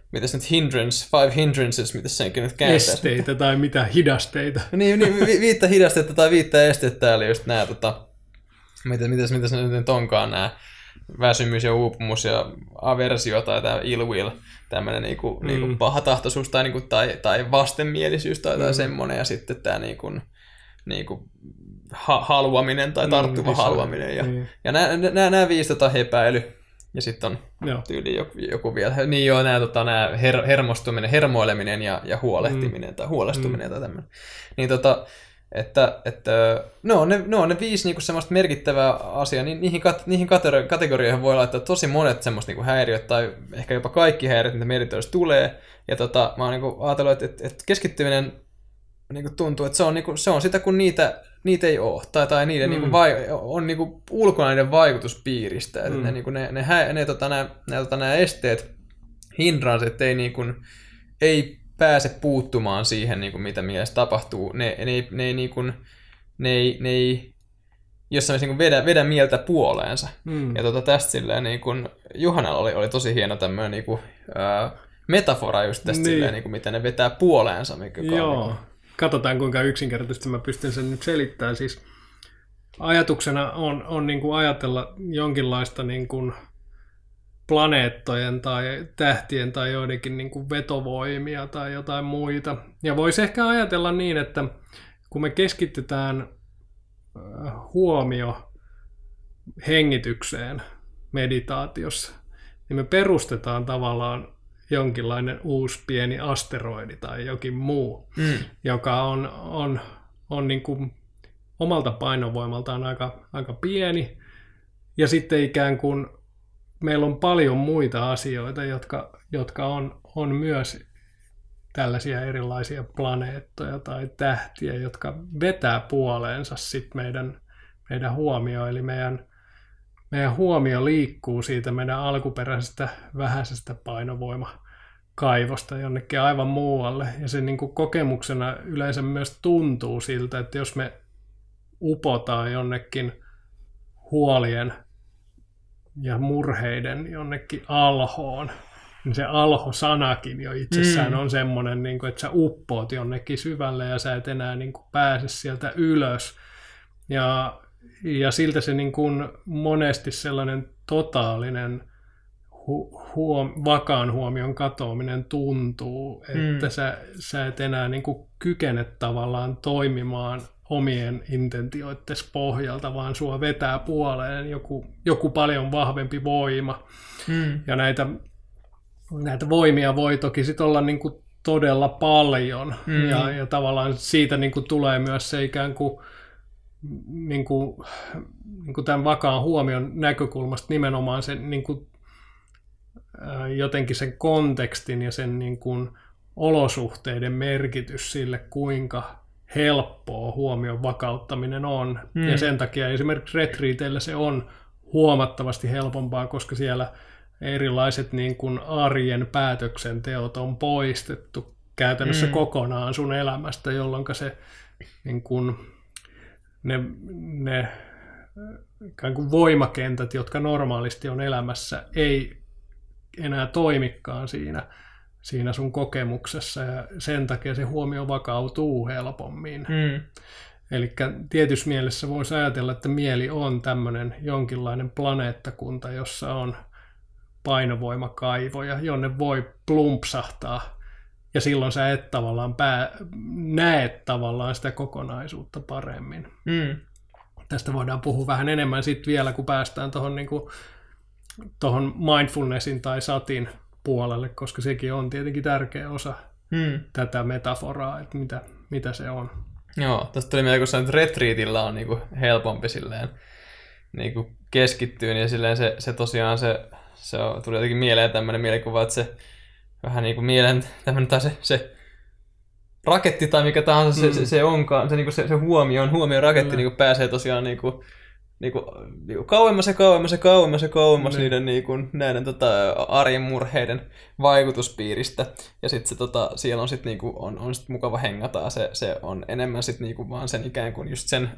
mitäs nyt five hindrances, mitä senkin nyt kääntäisi. Esteitä tai mitä hidasteita. niin, 5 hidastetta tai 5 estettä, eli just nämä, mitäs ne nyt onkaan nämä väsymys ja uupumus ja aversio tai tämä ill will, tämmöinen niinku pahatahtoisuus tai vastenmielisyys tai semmoinen, ja sitten tämä niinku haluaminen tai tarttuva haluaminen. Ja nämä 5 hepäily. Ja sitten on tyyli joku vielä. Niin joo, nämä hermostuminen, hermoileminen ja huolehtiminen tai huolestuminen tai tämmöinen. Niin ne on ne 5 niinku semmoista merkittävää asiaa. Niihin kategorioihin voi laittaa tosi monet semmoista niinku häiriöt tai ehkä jopa kaikki häiriöt, mitä meditoinnissa tulee. Ja mä oon niinku ajatellut, että keskittyminen niinku tuntuu, että se on sitä, kun niitä ei ole, tai niiden on niinku ulkona niiden vaikutuspiiristä. Että nämä esteet, hindranset ei pääse puuttumaan siihen, niinku, mitä mielessä tapahtuu. Ne ei jossain niinku vedä mieltä puoleensa. Ja tästä silleen, niinku, Juhanalla oli tosi hieno tämmöinen niinku, metafora just tästä silleen, niinku, miten ne vetää puoleensa. Joo. Katsotaan, kuinka yksinkertaisesti mä pystyn sen nyt selittämään. Siis ajatuksena on niin kuin ajatella jonkinlaista niin kuin planeettojen tai tähtien tai joidenkin niin kuin vetovoimia tai jotain muita. Ja voisi ehkä ajatella niin, että kun me keskitytään huomio hengitykseen meditaatiossa, niin me perustetaan tavallaan jonkinlainen uusi pieni asteroidi tai jokin muu, joka on niin kuin omalta painovoimaltaan aika pieni. Ja sitten ikään kuin meillä on paljon muita asioita, jotka on myös tällaisia erilaisia planeettoja tai tähtiä, jotka vetää puoleensa sit meidän huomioon. Eli meidän huomio liikkuu siitä meidän alkuperäisestä vähäisestä painovoimakaivosta jonnekin aivan muualle. Ja se niin kuin kokemuksena yleensä myös tuntuu siltä, että jos me upotaan jonnekin huolien ja murheiden jonnekin alhoon, niin se alho-sanakin jo itsessään on semmoinen, niin kuin, että sä uppoat jonnekin syvälle ja sä et enää niin kuin pääse sieltä ylös. Ja siltä se niin kuin monesti sellainen totaalinen vakaan huomion katoaminen tuntuu, että sä et enää niin kuin kykene tavallaan toimimaan omien intentioiden pohjalta, vaan sua vetää puoleen joku paljon vahvempi voima. Ja näitä voimia voi toki sit olla niin kuin todella paljon. Ja tavallaan siitä niin kuin tulee myös se ikään kuin niin kuin tämän vakaan huomion näkökulmasta nimenomaan sen niin kuin, jotenkin sen kontekstin ja sen niin kuin olosuhteiden merkitys sille, kuinka helppoa huomion vakauttaminen on. Ja sen takia esimerkiksi retriiteillä se on huomattavasti helpompaa, koska siellä erilaiset niin kuin arjen päätöksenteot on poistettu käytännössä kokonaan sun elämästä, jolloin se niin kuin ne ikään kuin voimakentät, jotka normaalisti on elämässä, ei enää toimikaan siinä sun kokemuksessa, ja sen takia se huomio vakautuu helpommin. Eli tietyssä mielessä voisi ajatella, että mieli on tämmöinen jonkinlainen planeettakunta, jossa on painovoimakaivoja, jonne voi plumpsahtaa, ja silloin sä et tavallaan näet tavallaan sitä kokonaisuutta paremmin. Tästä voidaan puhua vähän enemmän sitten vielä, kun päästään tuohon mindfulnessin tai satin puolelle, koska sekin on tietenkin tärkeä osa tätä metaforaa, että mitä se on. Joo, tästä tuli mieleen, kun retriitillä on niinku helpompi silleen, niinku keskittyä, ja silleen se tosiaan tuli jotenkin mieleen tämmöinen mielikuva, että se vähän niin kuin mielen tämmöinen, tai se raketti tai mikä tahansa se onkaan, se huomion raketti niin kuin pääsee tosiaan niin kuin kauemmas ja kauemmas niiden näiden arjen murheiden vaikutuspiiristä, ja sitten siellä on sitten on sit mukava hengata, se on enemmän sitten vaan sen ikään kuin just sen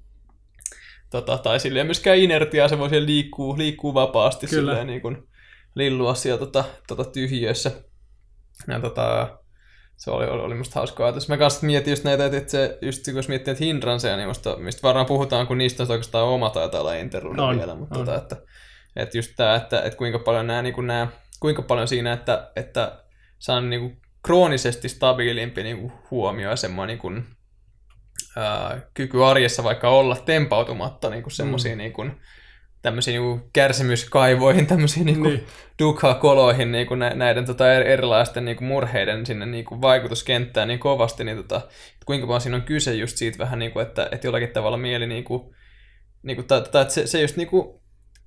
tai silleen myöskään inertiaa, se voi siellä liikkuu vapaasti silleen lillua siellä tyhjiössä. Ja se oli musta hauska ajatus. Mä kanssa mietin just näitä, että se, just jos miettii, että Hindranceja, niin mistä varmaan puhutaan, kun niistä on oikeastaan oma taitaa olla interlude vielä, mutta että just tää, että kuinka paljon kuinka paljon siinä, että saa niinku kroonisesti stabiilimpi niinku huomio ja semmoinen niinku, kyky arjessa vaikka olla tempautumatta niinku semmoisia niinku tämmöisiin niinku kärsimyskaivoihin, tämmöisiin niinku dukha-koloihin niinku näiden erilaisten niinku murheiden sinne niinku vaikutuskenttään niin kovasti, niin kuinka paljon siinä on kyse just siitä vähän niinku, että jollakin tavalla mieli niinku että se just niinku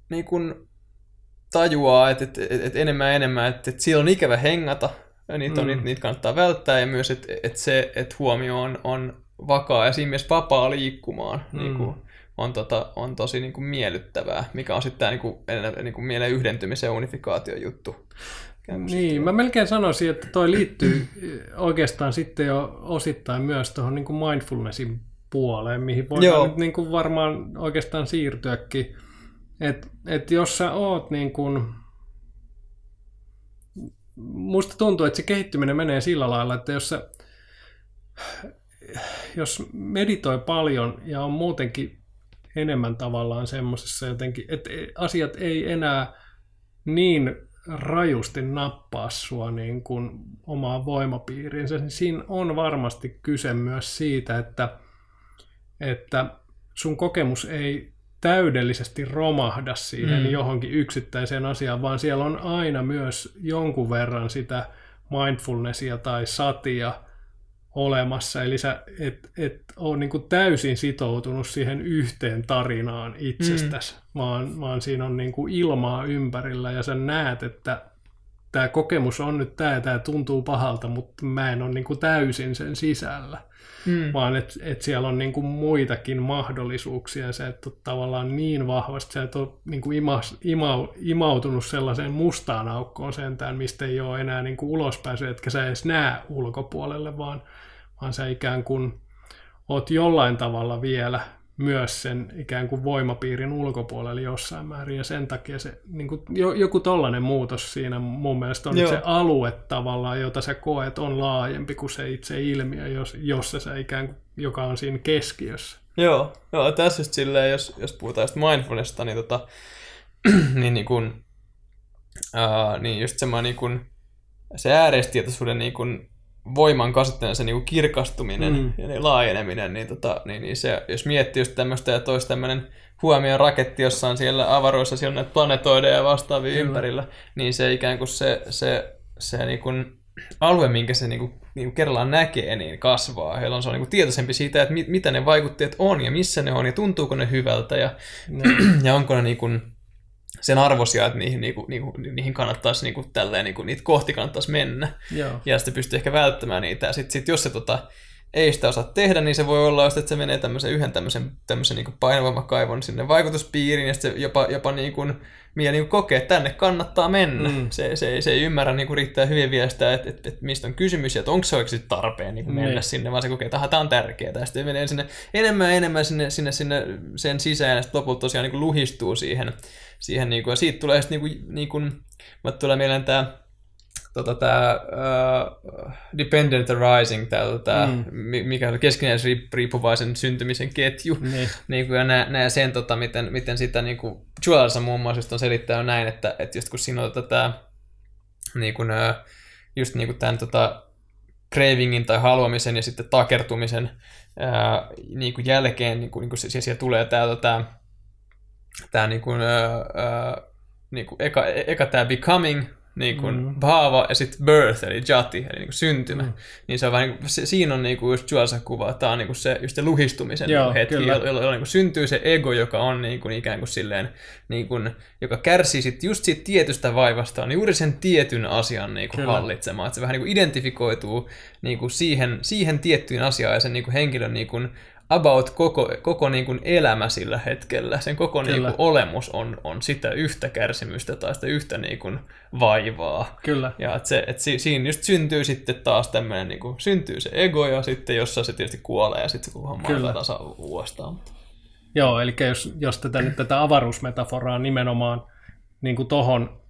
tajuaa, että enemmän ja enemmän, että siellä on ikävä hengata, ja niitä kannattaa välttää, ja myös, että huomio on vakaa ja siinä mielessä vapaa liikkumaan niinku on tosi niinku miellyttävää, mikä on sitten tämä niinku mielen yhdentymisen ja unifikaation juttu. Niin, mä melkein sanoisin, että toi liittyy oikeastaan sitten jo osittain myös tuohon niinku mindfulnessin puoleen, mihin voidaan nyt niinku varmaan oikeastaan siirtyäkin. Että jos sä oot niin kuin, musta tuntuu, että se kehittyminen menee sillä lailla, että jos meditoi paljon ja on muutenkin enemmän tavallaan semmoisessa jotenkin, että asiat ei enää niin rajusti nappaa sua niin kuin omaan voimapiiriinsä, niin siinä on varmasti kyse myös siitä, että sun kokemus ei täydellisesti romahda siihen johonkin yksittäiseen asiaan, vaan siellä on aina myös jonkun verran sitä mindfulnessia tai satia olemassa, eli sä et ole niin kuin täysin sitoutunut siihen yhteen tarinaan itsestäsi, vaan siinä on niin kuin ilmaa ympärillä ja sä näet, että tämä kokemus on nyt tämä tuntuu pahalta, mutta mä en ole niin kuin täysin sen sisällä. Vaan että siellä on niin kuin muitakin mahdollisuuksia, sä et ole tavallaan niin vahvasti, sä et ole niin kuin imautunut sellaiseen mustaan aukkoon sentään, mistä ei ole enää niin kuin ulospääsy, etkä sä edes näe ulkopuolelle, vaan sä ikään kuin oot jollain tavalla vielä myös sen ikään kuin voimapiirin ulkopuolelle jossain määrin, ja sen takia se niin kuin joku tollainen muutos siinä mun mielestä on, että se alue tavallaan, jota sä koet, on laajempi kuin se itse ilmiö, jossa sä ikään kuin, joka on siinä keskiössä. Joo, tässä just silleen, jos puhutaan just mindfulnessista, niin niin just semmoinen niin kuin se ääreistietoisuuden niin kuin voiman kasvattaminen, se niinku kirkastuminen ja laajeneminen, niin se, jos miettii just tämmöistä ja toista tämmöinen huomion raketti, jossa on siellä avaruudessa, siellä on näitä planetoideja ja vastaavia ympärillä, niin se ikään kuin se niinku alue, minkä se niinku kerrallaan näkee, niin kasvaa. Heillä on se niinku tietoisempi siitä, että mitä ne vaikutteet on ja missä ne on ja tuntuuko ne hyvältä ja onko ne niinku sen arvoisia, että niihin kannattaisi niitä kohti kannattaisi mennä. Joo. Ja sitten pystyy ehkä välttämään niitä. Ja sit jos se ei sitä osaa tehdä, niin se voi olla just, että se menee yhden tämmöisen niin painovoimakaivon sinne vaikutuspiiriin, ja sitten se jopa mieli kokee, että tänne kannattaa mennä. Se ei ymmärrä riittää hyvin vielä sitä, että mistä on kysymys, ja että onko se oikeasti tarpeen mennä sinne, vaan se kokee, että tämä on tärkeää. Ja sitten menee sinne enemmän sinne sen sisään, ja sitten lopulta tosiaan luhistuu siihen ja siitä tulee sitten tulee mieleen tämä dependent arising, mikä on keskinäisriippuvaisen syntymisen ketju, ja näe sen, miten sitä Juelsa muun muassa on selittänyt näin, että just kun siinä on just tämän cravingin tai haluamisen ja sitten takertumisen jälkeen siellä tulee eka tämä becoming, bhava ja sitten birth, eli jati, eli syntymä. Niin se on vähän, siinä on just Juelsa kuva, että tämä on se, just se luhistumisen hetki, jolloin syntyy se ego, joka on ikään kuin silleen, joka kärsii just siitä tietystä vaivasta, on juuri sen tietyn asian hallitsemaan. Että se vähän identifikoituu siihen tiettyyn asiaan ja sen henkilön about koko elämä sillä hetkellä. Sen koko olemus on sitä yhtä kärsimystä tai sitä yhtä vaivaa. Kyllä. Ja että siinä just syntyy sitten taas tämmöinen, syntyy se ego ja sitten jossain se tietysti kuolee ja sitten se homma taas uudestaan. Joo, eli jos tätä avaruusmetaforaa nimenomaan tohon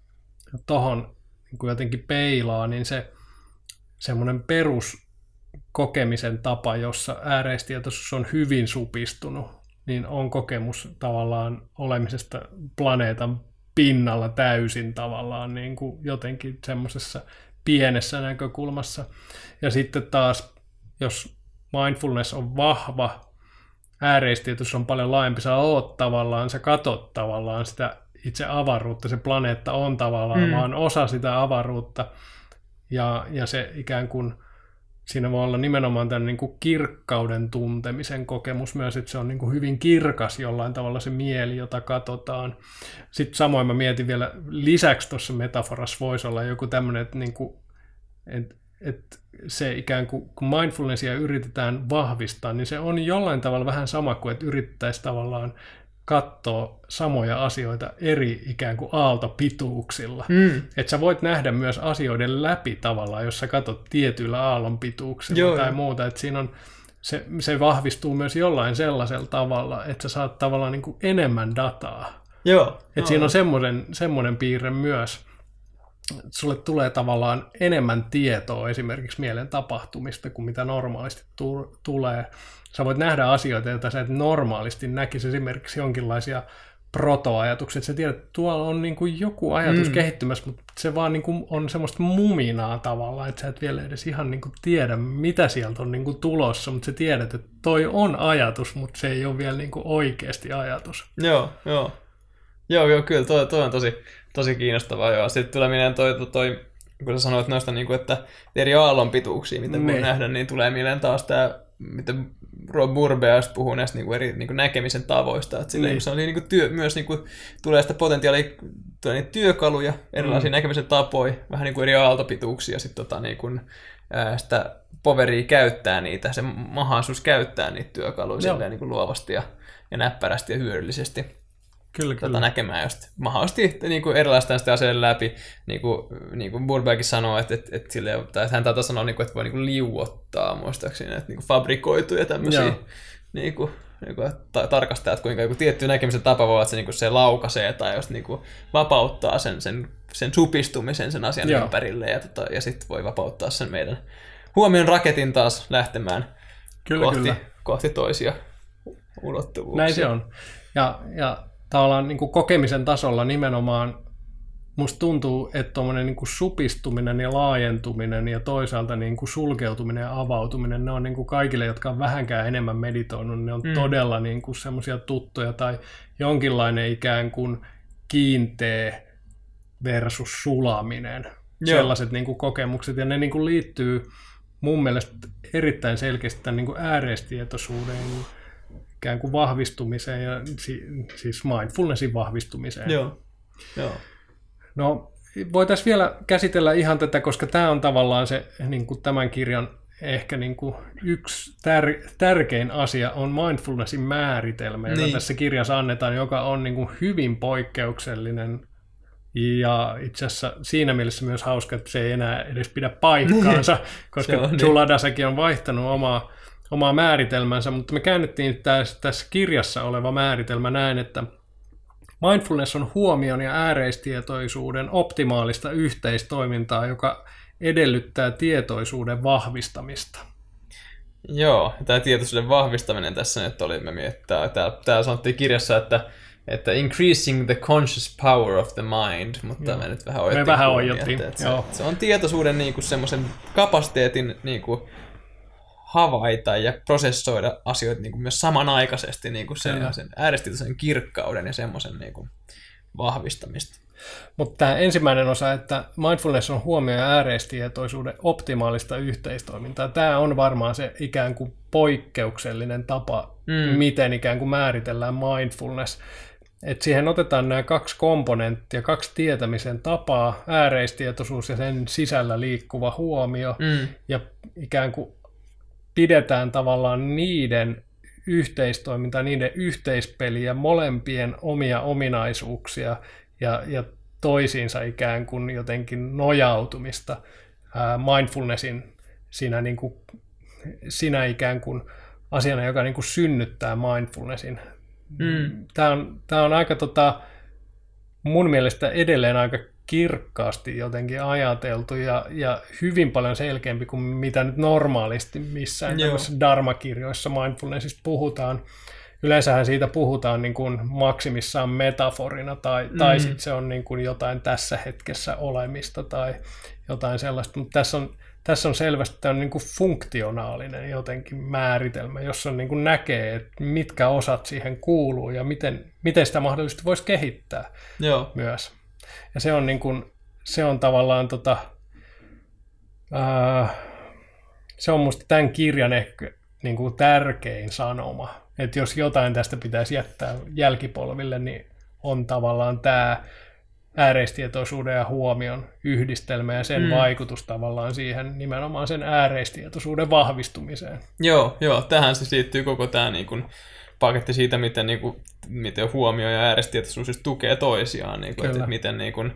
tohon niin jotenkin peilaa, niin se semmoinen peruskokemisen tapa, jossa ääreistietoisuus on hyvin supistunut, niin on kokemus tavallaan olemisesta planeetan pinnalla täysin tavallaan niin kuin jotenkin semmoisessa pienessä näkökulmassa. Ja sitten taas, jos mindfulness on vahva, ääreistietoisuus on paljon laajempi, sä oot tavallaan, sä katot tavallaan sitä itse avaruutta, se planeetta on tavallaan vaan osa sitä avaruutta, ja se ikään kuin, siinä voi olla nimenomaan tämän niin kuin kirkkauden tuntemisen kokemus myös, että se on niin kuin hyvin kirkas jollain tavalla se mieli, jota katsotaan. Sitten samoin mä mietin vielä, lisäksi tuossa metaforassa voisi olla joku tämmöinen, että, niin kuin, että se ikään kuin, kun mindfulnessia yritetään vahvistaa, niin se on jollain tavalla vähän sama kuin, että yrittäisi tavallaan katsoa samoja asioita eri ikään kuin aaltopituuksilla. Että sä voit nähdä myös asioiden läpi tavallaan, jos sä katsot tietyillä aallonpituuksilla tai muuta. Että siinä on, se vahvistuu myös jollain sellaisella tavalla, että sä saat tavallaan niin kuin enemmän dataa. Että siinä on semmoinen piirre myös. Sulle tulee tavallaan enemmän tietoa esimerkiksi mielen tapahtumista kuin mitä normaalisti tulee. Sä voit nähdä asioita, joita sä et normaalisti näkisi, esimerkiksi jonkinlaisia protoajatuksia. Sä tiedät, että tuolla on niin kuin joku ajatus kehittymässä, mutta se vaan niin kuin on semmoista muminaa tavallaan, että sä et vielä edes ihan niin kuin tiedä, mitä sieltä on niin kuin tulossa, mutta sä tiedät, että toi on ajatus, mutta se ei ole vielä niin kuin oikeasti ajatus. Joo, kyllä, toi on tosi kiinnostavaa. Joo. Sitten tulee mieleen toi, kun sä sanoit noista, niin kuin, että eri aallonpituuksia, mitä voi nähdä, niin tulee mieleen taas tämä, mitä Rob Burbea puhuu näistä niin kuin eri niin kuin näkemisen tavoista. Että silleen, se on niin kuin myös niin kuin, tulee sitä potentiaalia, tulee niitä työkaluja, erilaisia näkemisen tapoja, vähän niin kuin eri aaltopituuksia, sitten niin kuin, sitä poveria käyttää niitä, se mahdollisuus käyttää niitä työkaluja silleen, niin kuin luovasti ja näppärästi ja hyödyllisesti. Kyllä. Näkemään just mahdollisesti niin kuin erilaista sitä asioiden läpi, niin kuin Burbergkin sanoo, että hän täältä sanoo, että voi niin kuin liuottaa muistaakseni, että niin kuin fabrikoituja tämmöisiä tarkastaa, että kuinka joku tietty näkemisen tapa voi olla, että se, niin kuin se laukaisee tai just niin kuin vapauttaa sen supistumisen sen asian ympärille ja sitten voi vapauttaa sen meidän huomion raketin taas lähtemään kohti toisia ulottuvuuksia. Näin se on. Ja tavallaan niin kuin kokemisen tasolla nimenomaan musta tuntuu, että tuommoinen niin kuin supistuminen ja laajentuminen ja toisaalta niin kuin sulkeutuminen ja avautuminen, ne on niin kuin kaikille, jotka on vähänkään enemmän meditoinut, ne on todella niin kuin semmoisia tuttuja tai jonkinlainen ikään kuin kiinteä versus sulaminen. Sellaiset niin kuin kokemukset ja ne niin kuin liittyy mun mielestä erittäin selkeästi tämän niin kuin ääreistietoisuuden ikään kuin vahvistumiseen ja siis mindfulnessin vahvistumiseen. Joo. No, voitaisiin vielä käsitellä ihan tätä, koska tämä on tavallaan se niin kuin tämän kirjan ehkä niin kuin yksi tärkein asia on mindfulnessin määritelmä, jota tässä kirjassa annetaan, joka on niin kuin hyvin poikkeuksellinen ja itse asiassa siinä mielessä myös hauska, että se ei enää edes pidä paikkaansa, koska Zuladasakin on vaihtanut omaa määritelmänsä, mutta me käännettiin tässä kirjassa oleva määritelmä näin, että mindfulness on huomion ja ääreistietoisuuden optimaalista yhteistoimintaa, joka edellyttää tietoisuuden vahvistamista. Joo, tämä tietoisuuden vahvistaminen tässä nyt oli, me miettää. Täällä sanottiin kirjassa, että increasing the conscious power of the mind, mutta me nyt vähän oiottiin. Se on tietoisuuden niinku semmoisen kapasiteetin niinku havaita ja prosessoida asioita niin kuin myös samanaikaisesti niin kuin sen ääristietoisen kirkkauden ja semmoisen niin kuin vahvistamista. Mutta tämä ensimmäinen osa, että mindfulness on huomio- ja ääreistietoisuuden optimaalista yhteistoimintaa, tämä on varmaan se ikään kuin poikkeuksellinen tapa, miten ikään kuin määritellään mindfulness. Et siihen otetaan nämä kaksi komponenttia, kaksi tietämisen tapaa, ääreistietoisuus ja sen sisällä liikkuva huomio, ja ikään kuin pidetään tavallaan niiden yhteistoimintaa, niiden yhteispeliä, molempien omia ominaisuuksia ja toisiinsa ikään kuin jotenkin nojautumista mindfulnessin siinä ikään kuin asiana, joka niin kuin synnyttää Mindfulnessin. Tämä on aika mun mielestä edelleen aika kirkkaasti jotenkin ajateltu ja hyvin paljon selkeämpi kuin mitä nyt normaalisti missään dharmakirjoissa mindfulnessista puhutaan. Yleensähän siitä puhutaan niin kuin maksimissaan metaforina tai sitten se on niin kuin jotain tässä hetkessä olemista tai jotain sellaista, mutta tässä on selvästi tämä niin kuin funktionaalinen jotenkin määritelmä, jossa niin kuin näkee, että mitkä osat siihen kuuluu ja miten sitä mahdollisesti voisi kehittää myös. Ja se on, niin kuin, se on tavallaan se on musta tämän kirjan ehkä niin kuin tärkein sanoma, että jos jotain tästä pitäisi jättää jälkipolville, niin on tavallaan tämä ääreistietoisuuden ja huomion yhdistelmä ja sen vaikutus tavallaan siihen nimenomaan sen ääreistietoisuuden vahvistumiseen. Joo, tähän se liittyy koko tämä niin kuin paketti siitä, miten huomio ja ääreistietoisuus tukee toisiaan. Niin kuin, että miten, niin kuin,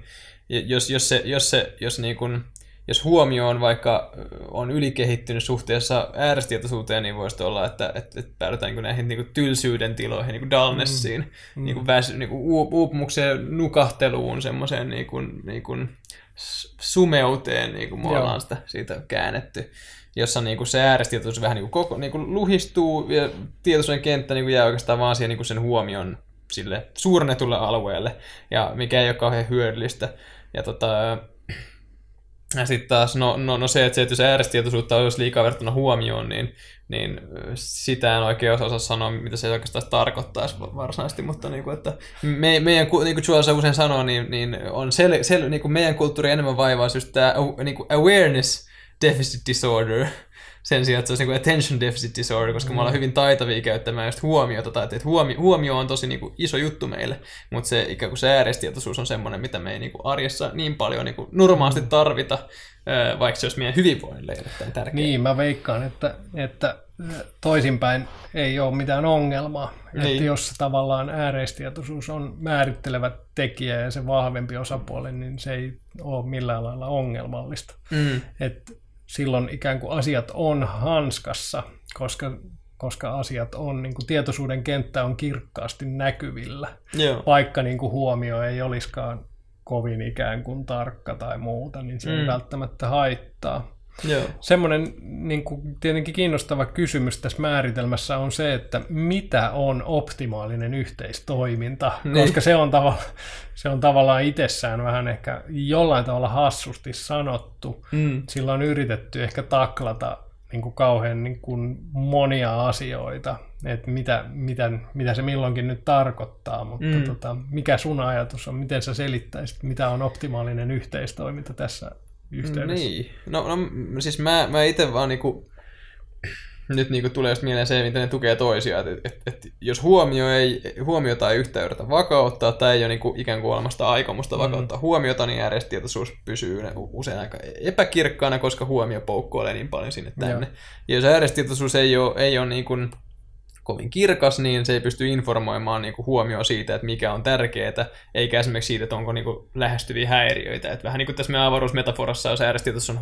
jos huomio on vaikka on ylikehittynyt suhteessa ääreistietoisuuteen, niin voisi olla, että päädytään niin näihin niin tylsyyden tiloihin, niin dullnessiin, niin uupumukseen, nukahteluun, semmoiseen niin sumeuteen, niin kuin me ollaan sitä siitä käännetty, jossa niin se ääreistietoisuus vähän niin luhistuu ja tietoisuuden kenttä niin jää oikeastaan vaan siihen niin sen huomion sille suurennetulle alueelle, ja mikä ei ole kauhean hyödyllistä. Ja sitten taas, no se, että jos ääreistietoisuutta olisi liikaa verrattuna huomioon, niin sitä en oikein osaa sanoa, mitä se oikeastaan tarkoittaisi varsinaisesti, mutta niin kuin, että meidän, niin kuin Joel usein sanoo, niin on niin kuin meidän kulttuuri enemmän vaivaisi just tämä niin kuin awareness deficit disorder, sen sijaan, että se olisi niin attention deficit disorder, koska me ollaan hyvin taitavia käyttämään just huomiota, että huomio on tosi niin kuin iso juttu meille, mutta se ikään kuin se ääreistietoisuus on semmoinen, mitä me ei niin kuin arjessa niin paljon niin kuin normaalisti tarvita, vaikka se olisi meidän hyvinvoinnille erittäin tärkeää. Niin, mä veikkaan, että toisinpäin ei ole mitään ongelmaa. Niin. Että jos tavallaan ääreistietoisuus on määrittelevä tekijä ja se vahvempi osapuoli, niin se ei ole millään lailla ongelmallista. Että silloin ikään kuin asiat on hanskassa, koska asiat on, niin kuin tietoisuuden kenttä on kirkkaasti näkyvillä, vaikka niin kuin huomio ei olisikaan kovin ikään kuin tarkka tai muuta, niin se ei välttämättä haittaa. Semmoinen niin kuin tietenkin kiinnostava kysymys tässä määritelmässä on se, että mitä on optimaalinen yhteistoiminta, koska se on tavallaan itsessään vähän ehkä jollain tavalla hassusti sanottu. Sillä on yritetty ehkä taklata niin kuin kauhean niin kuin monia asioita, että mitä se milloinkin nyt tarkoittaa, mutta mikä sun ajatus on, miten sä selittäisit, mitä on optimaalinen yhteistoiminta tässä yhteydessä? Niin. No siis mä itse vaan niinku, nyt niinku tulee just mieleen se, miten ne tukee toisiaan, että jos huomiota ei yhtään yritä vakauttaa tai ei ole niinku ikään kuin olemasta aikomusta vakauttaa huomiota, niin ääreistietoisuus pysyy usein aika epäkirkkaana, koska huomio poukkoilee niin paljon sinne tänne. Ja jos ääreistietoisuus ei ole niin kuin kovin kirkas, niin se ei pysty informoimaan niin kuin huomioon siitä, että mikä on tärkeää, eikä esimerkiksi siitä, että onko niin kuin lähestyviä häiriöitä. Että vähän niin kuin tässä meidän avaruusmetaforassa, jos ääreistietoisuus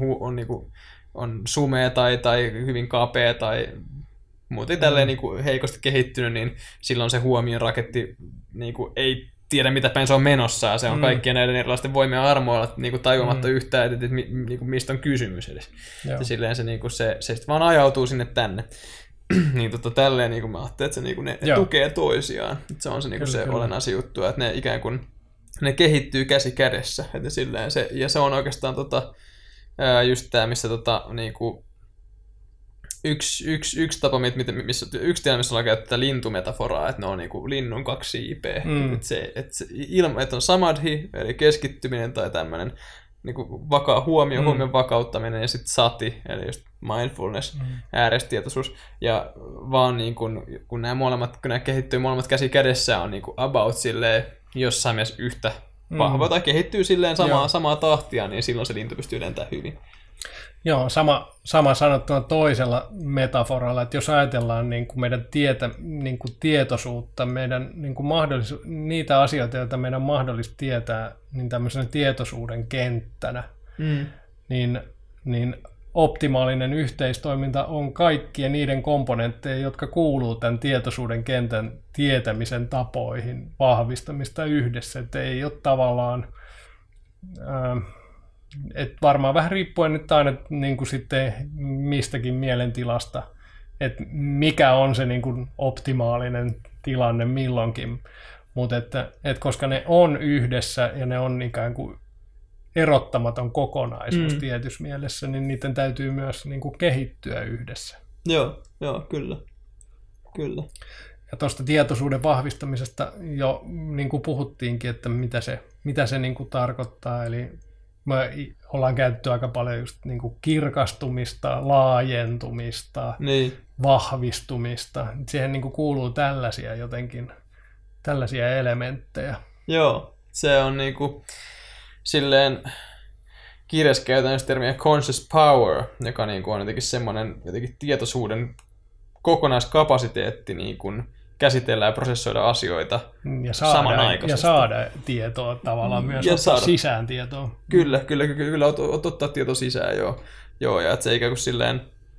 on sumea tai hyvin kapea tai muuten tälleen niin kuin heikosti kehittynyt, niin silloin se huomion raketti niin kuin ei tiedä, mitä päin se on menossa, ja se on kaikkien näiden erilaisten voimien armoilla niin kuin tajuamatta yhtään, että niin kuin mistä on kysymys edes. Ja silleen se, niin kuin se sitten vaan ajautuu sinne tänne. Niin tälleen niin mä ajattelin, että se, niin ne tukee toisiaan. Että se on se, niin se olennaisin juttu, että ne ikään kuin ne kehittyy käsi kädessä. Että silleen se, ja se on oikeastaan just tämä, missä niin kuin yksi tapa, yksi tilanne, missä ollaan käytetty tätä lintumetaforaa, että ne on niin kuin linnun 2 siipeä. Että on samadhi, eli keskittyminen tai tämmöinen niin kuin vakaa huomion vakauttaminen ja sitten sati, eli just mindfulness, ääreistietoisuus. Ja vaan niin kun nämä kehittyy molemmat käsi kädessä on niin kuin about silleen jossain mielessä yhtä vahva tai kehittyy silleen samaa tahtia, niin silloin se lintu pystyy lentämään hyvin. Joo, sama sanottuna toisella metaforalla, että jos ajatellaan niin kuin meidän niin kuin tietoisuutta, meidän niin kuin niitä asioita, joita meidän on mahdollista tietää, niin tämmöisenä tietoisuuden kenttänä, niin optimaalinen yhteistoiminta on kaikkien niiden komponentteja, jotka kuuluu tämän tietoisuuden kentän tietämisen tapoihin vahvistamista yhdessä, että ei ole tavallaan et varmaan vähän riippuen nyt aina niin kuin sitten mistäkin mielentilasta, että mikä on se niin kuin optimaalinen tilanne milloinkin, mutta että koska ne on yhdessä ja ne on ikään kuin erottamaton kokonaisuus tietyssä mielessä, niin niiden täytyy myös niin kuin kehittyä yhdessä. Joo, kyllä. Ja tuosta tietoisuuden vahvistamisesta jo niin kuin puhuttiinkin, että mitä se niin kuin tarkoittaa, eli me ollaan käytetty aika paljon just niin kuin kirkastumista, laajentumista, vahvistumista. Siihen niin kuin kuuluu tällaisia elementtejä. Joo, se on niin kuin silleen kirjassa käytetään termiä conscious power, joka niin kuin on jotenkin semmoinen jotenkin tietoisuuden kokonaiskapasiteetti niin kuin käsitellä ja prosessoida asioita samanaikaisesti. Ja saada tietoa tavallaan myös, ottaa sisään tietoa. Kyllä, ottaa tietoa sisään, joo, ja että se ikään kuin silleen,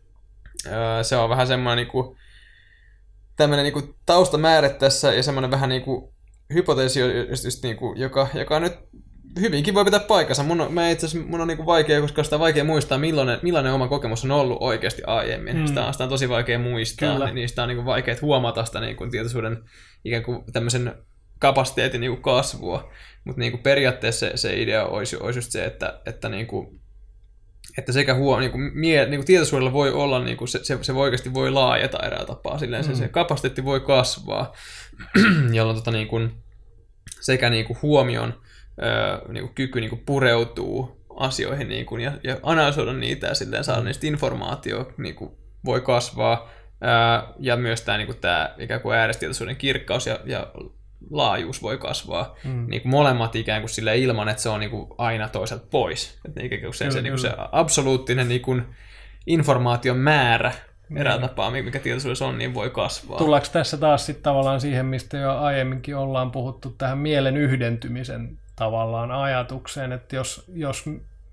se on vähän semmoinen niin kuin, tämmöinen niin kuin taustamäärä tässä ja semmoinen vähän niin kuin hypoteesi, just niin kuin, joka nyt hyvinkin voi pitää paikkansa. Mun on niin kuin vaikea, koska sitä on vaikea muistaa, millainen oma kokemus on ollut oikeasti aiemmin. Sitä on tosi vaikea muistaa. Niistä on niin kuin vaikea huomata sitä niin kuin tietoisuuden ikään kuin tämmöisen kapasiteetin niin kuin kasvua. Mutta niin kuin periaatteessa se idea olisi just se, että niin kuin, että sekä niin kuin tietoisuudella voi olla, niin kuin se oikeasti voi laajata eräällä tapaa. Silleen se kapasiteetti voi kasvaa, jolloin niin kuin, sekä niin kuin huomion niin kuin kyky niin kuin pureutuu asioihin niin kuin, ja analysoida niitä ja silleen saada niistä informaatio niin kuin voi kasvaa. Ja myös tämä, niin kuin tämä ikään kuin ääristietoisuuden kirkkaus ja laajuus voi kasvaa. Niin kuin molemmat ikään kuin silleen ilman, että se on niin kuin aina toiselta pois. Että ikään kuin se absoluuttinen niin kuin informaation määrä eräällä tapaa, mikä tietoisuudessa on, niin voi kasvaa. Tullaanko tässä taas sitten tavallaan siihen, mistä jo aiemminkin ollaan puhuttu, tähän mielen yhdentymisen tavallaan ajatukseen, että jos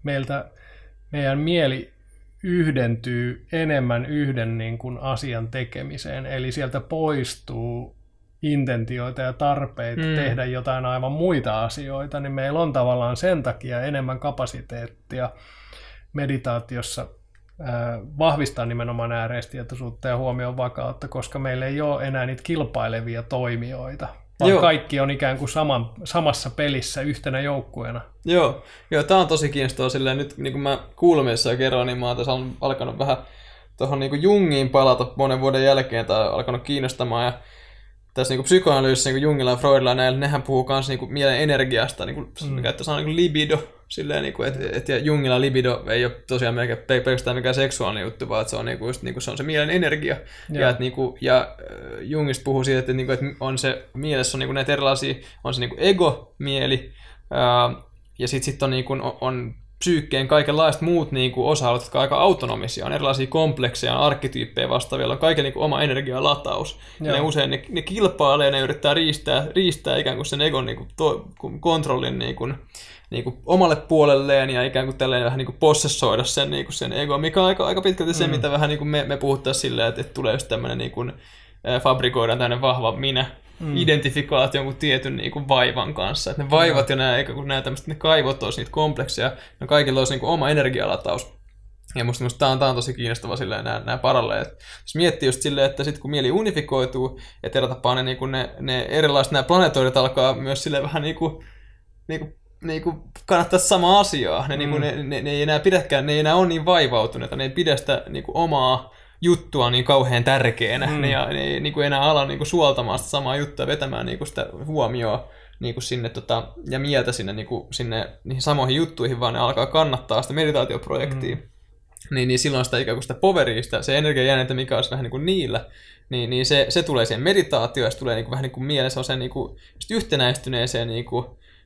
meidän mieli yhdentyy enemmän yhden niin kuin asian tekemiseen, eli sieltä poistuu intentioita ja tarpeita tehdä jotain aivan muita asioita, niin meillä on tavallaan sen takia enemmän kapasiteettia meditaatiossa vahvistaa nimenomaan ääreistietoisuutta ja huomion vakautta, koska meillä ei ole enää niitä kilpailevia toimijoita, vaan kaikki on ikään kuin samassa pelissä yhtenä joukkueena. Joo, tämä on tosi kiinnostavaa. Silleen, nyt niin kuin mä kuulumisessa kerroin, niin mä oon tässä alkanut vähän tuohon niin kuin Jungiin palata monen vuoden jälkeen, tai alkanut kiinnostamaan. Ja tässä niin psykoanalyysissä niin Jungilla ja Freudilla nehän puhuu myös niin mielen energiasta, niin käyttää sanaa niin libido, silleen, niin että Jungilla libido ei ole tosiaan pelkästään mikään seksuaalinen juttu, vaan että se on, niin kuin, just, niin kuin, se on se mielen energia. Ja Jungista puhuu siitä, että on se, mielessä on niin kuin näitä erilaisia, on se niin kuin ego-mieli, ja sitten on, niin kuin, on psyykkeen kaikenlaiset muut niin kuin osa-alueet, jotka on aika autonomisia, on erilaisia komplekseja, on arkkityyppejä vastaavia, on kaiken niin kuin oma energialataus. Ja ne usein ne kilpailee, ne yrittää riistää ikään kuin sen egon niin kuin kontrollin niin kuin omalle puolelleen ja ikään kuin tälleen vähän niin kuin possessoida sen ego, mikä on aika pitkälti se, mitä vähän niin kuin me puhuttaisiin silleen, että tulee just tämmöinen niin kuin fabrikoidaan tämmöinen vahva minä, identifikaatio jonkun tietyn niin kuin vaivan kanssa. Että ne vaivat ja nämä tämmöiset ne kaivot olisi niitä komplekseja, ja kaikilla olisi niin kuin oma energialataus. Ja musta tämä on tosi kiinnostava silleen, nämä paralleet. Jos miettii just silleen, että sitten kun mieli unifikoituu, että eri tapaa ne erilaiset nämä planetoidit alkaa myös silleen vähän niin kuin kannattaa samaa asiaa. Ne ei enää pidäkään, ne ei enää ole niin vaivautuneita, ne ei pidä sitä niin kuin omaa juttua niin kauhean tärkeänä. Ne ei niin kuin enää ala niin kuin suoltamaan sitä samaa juttua, vetämään niin kuin sitä huomioon niin kuin sinne, ja mieltä sinne niihin samoihin juttuihin, vaan ne alkaa kannattaa sitä meditaatioprojektia. Niin silloin sitä ikään kuin sitä poveria, se energiajännettä, mikä olisi vähän niin kuin niillä, niin se tulee siihen meditaatioon, ja se tulee niin kuin vähän niin kuin mielessä on niin kuin yhtenäistyneeseen niin kuin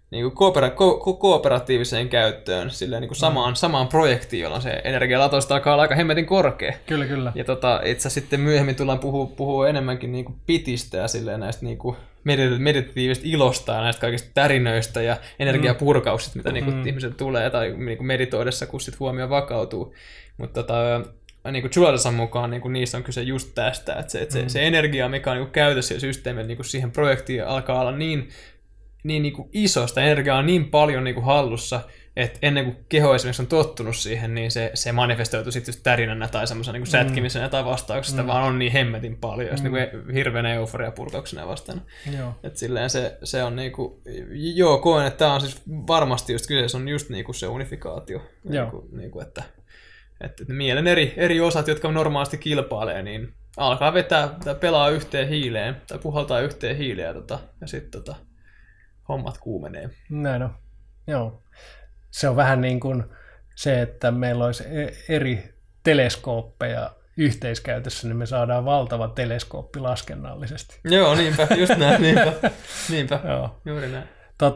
kooperatiiviseen käyttöön, silleen niin kuin samaan projektiin, jolloin se energialataus alkaa olla aika hemmetin korkea. Kyllä. Ja itse sitten myöhemmin tullaan puhua enemmänkin niin kuin pitistä ja silleen näistä niin kuin meditatiivisesta ilosta ja näistä kaikista tärinöistä ja energiapurkauksista, mitä niin kuin ihmiset tulee tai niin kuin meditoidessa, kun sitten huomio vakautuu. Mutta niin kuin Juliasan mukaan niin kuin niissä on kyse just tästä, että se energia, mikä on niin kuin käytössä ja systeemillä niin kuin siihen projektiin alkaa olla niin niin isosta energiaa on niin paljon niin kuin hallussa, että ennen kuin keho esimerkiksi on tottunut siihen, niin se manifestoituu sitten just tärinänä tai semmoisena niin sätkimisenä tai vastauksesta, vaan on niin hemmetin paljon, jos niin hirveänä euforia-purkauksena vastaan. Että silleen se on niinku, koen, että tämä on siis varmasti just kyseessä on just niinku se unifikaatio. Niinku, että mielen eri osat, jotka normaalisti kilpailee, niin alkaa vetää tai pelaa yhteen hiileen tai puhaltaa yhteen hiileen ja sitten hommat kuumenee. Näin on. Joo. Se on vähän niin kuin se, että meillä olisi eri teleskooppeja yhteiskäytössä, niin me saadaan valtava teleskooppi laskennallisesti. Joo, niinpä, just näin, niinpä. Joo. Juuri näin.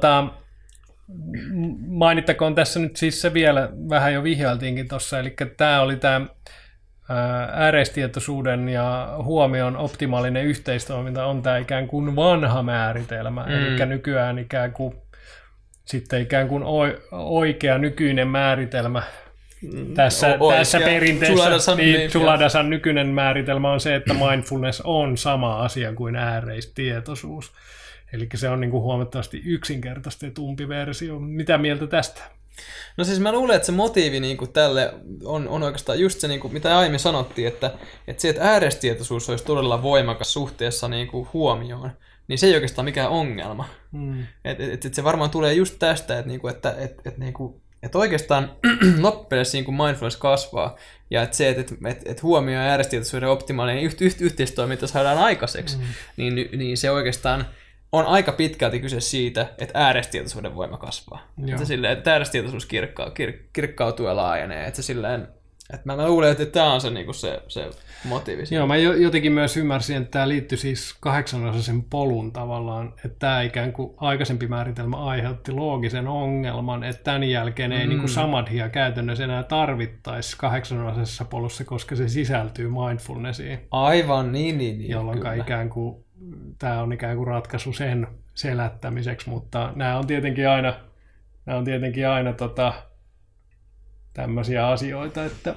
Mainittakoon tässä nyt siis se vielä, vähän jo vihjailtiinkin tuossa, eli tämä oli tämä ääreistietoisuuden ja huomion optimaalinen yhteistoiminta on tämä ikään kuin vanha määritelmä, eli nykyään ikään kuin oikea nykyinen määritelmä tässä perinteessä. Zuladasan nykyinen määritelmä on se, että mindfulness on sama asia kuin ääreistietoisuus. Eli se on niin kuin huomattavasti yksinkertaistetumpi versio. Mitä mieltä tästä? No siis mä luulen, että se motiivi niin kuin tälle on oikeastaan just se, niin kuin, mitä aiemmin sanottiin, että se, että ääreistietoisuus olisi todella voimakas suhteessa niin kuin huomioon, niin se ei oikeastaan mikään ongelma. Et se varmaan tulee just tästä, että oikeastaan loppujen niin mindfulness kasvaa, ja että se, että huomio ja ääreistietoisuuden optimaalinen yhteistoiminta saadaan aikaiseksi, niin se oikeastaan on aika pitkälti kyse siitä, että ääreistietoisuuden voima kasvaa. Että ääreistietoisuus kirkkautuu ja laajenee. Että mä luulen, että tämä on se motiivi. Joo, mä jotenkin myös ymmärsin, että tämä liittyy siis 8-osaisen polun tavallaan, että tämä ikään kuin aikaisempi määritelmä aiheutti loogisen ongelman, että tämän jälkeen ei niin kuin samadhia käytännössä enää tarvittaisi 8-osaisessa polussa, koska se sisältyy mindfulnessiin. Aivan, niin. Jolloin ikään kuin tämä on ikään kuin ratkaisu sen selättämiseksi, mutta nämä on tietenkin aina tämmöisiä asioita, että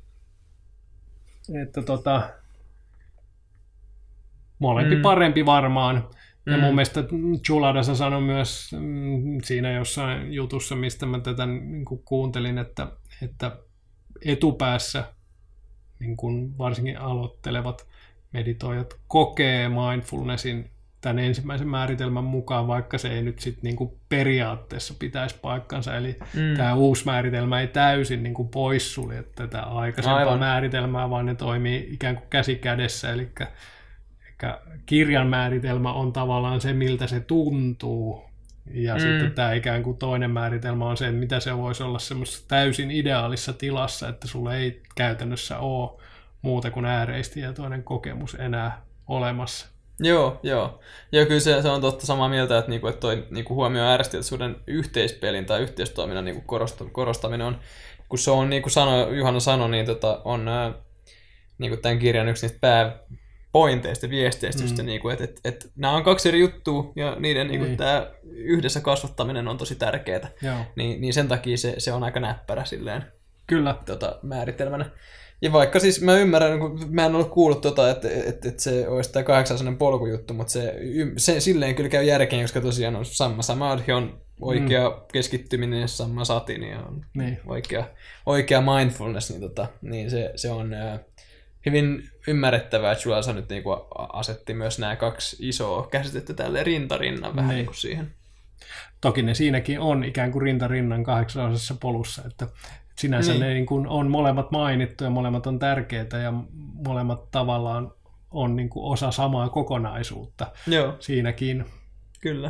molempi parempi varmaan. Ja mun mielestä Zuladasa sanoi myös siinä jossain jutussa, mistä mä tätä niin kuin kuuntelin, että etupäässä niin kuin varsinkin aloittelevat meditoijat kokee mindfulnessin tämän ensimmäisen määritelmän mukaan, vaikka se ei nyt sitten niinku periaatteessa pitäisi paikkansa. Eli tämä uusi määritelmä ei täysin niinku poissulje tätä aikaisempaa määritelmää, vaan ne toimii ikään kuin käsi kädessä. Eli kirjan määritelmä on tavallaan se, miltä se tuntuu. Ja sitten tämä ikään kuin toinen määritelmä on se, mitä se voisi olla semmoisessa täysin ideaalissa tilassa, että sulla ei käytännössä ole muuta kuin ääreistietoinen kokemus enää olemassa. Joo, kyllä se on totta samaa mieltä, että toi huomioon ääreistietoisuuden yhteispelin tai yhteistoiminnan korostaminen on, kun se on, niin kuin Juhana sanoi, niin on niin tämän kirjan yksi niistä pääpointeista, viesteistä, että nämä on kaksi eri juttua ja niiden tämä yhdessä kasvattaminen on tosi tärkeää, niin sen takia se on aika näppärä silleen. Kyllä. Määritelmänä. Ja vaikka siis mä ymmärrän, mä en ole kuullut että se olisi tämä 8-osainen polkujuttu, mutta se silleen kyllä käy järkeen, koska tosiaan on samadhi on oikea keskittyminen ja sati niin on oikea mindfulness, niin se on hyvin ymmärrettävää, että Zulasa nyt niinku asetti myös nämä kaksi isoa käsitettä tälle rintarinnan vähän niin kuin siihen. Toki ne siinäkin on ikään kuin rintarinnan 8-osaisessa polussa, että sinänsä ne niin kuin on molemmat mainittu ja molemmat on tärkeitä ja molemmat tavallaan on niin kuin osa samaa kokonaisuutta. Joo. Siinäkin. Kyllä.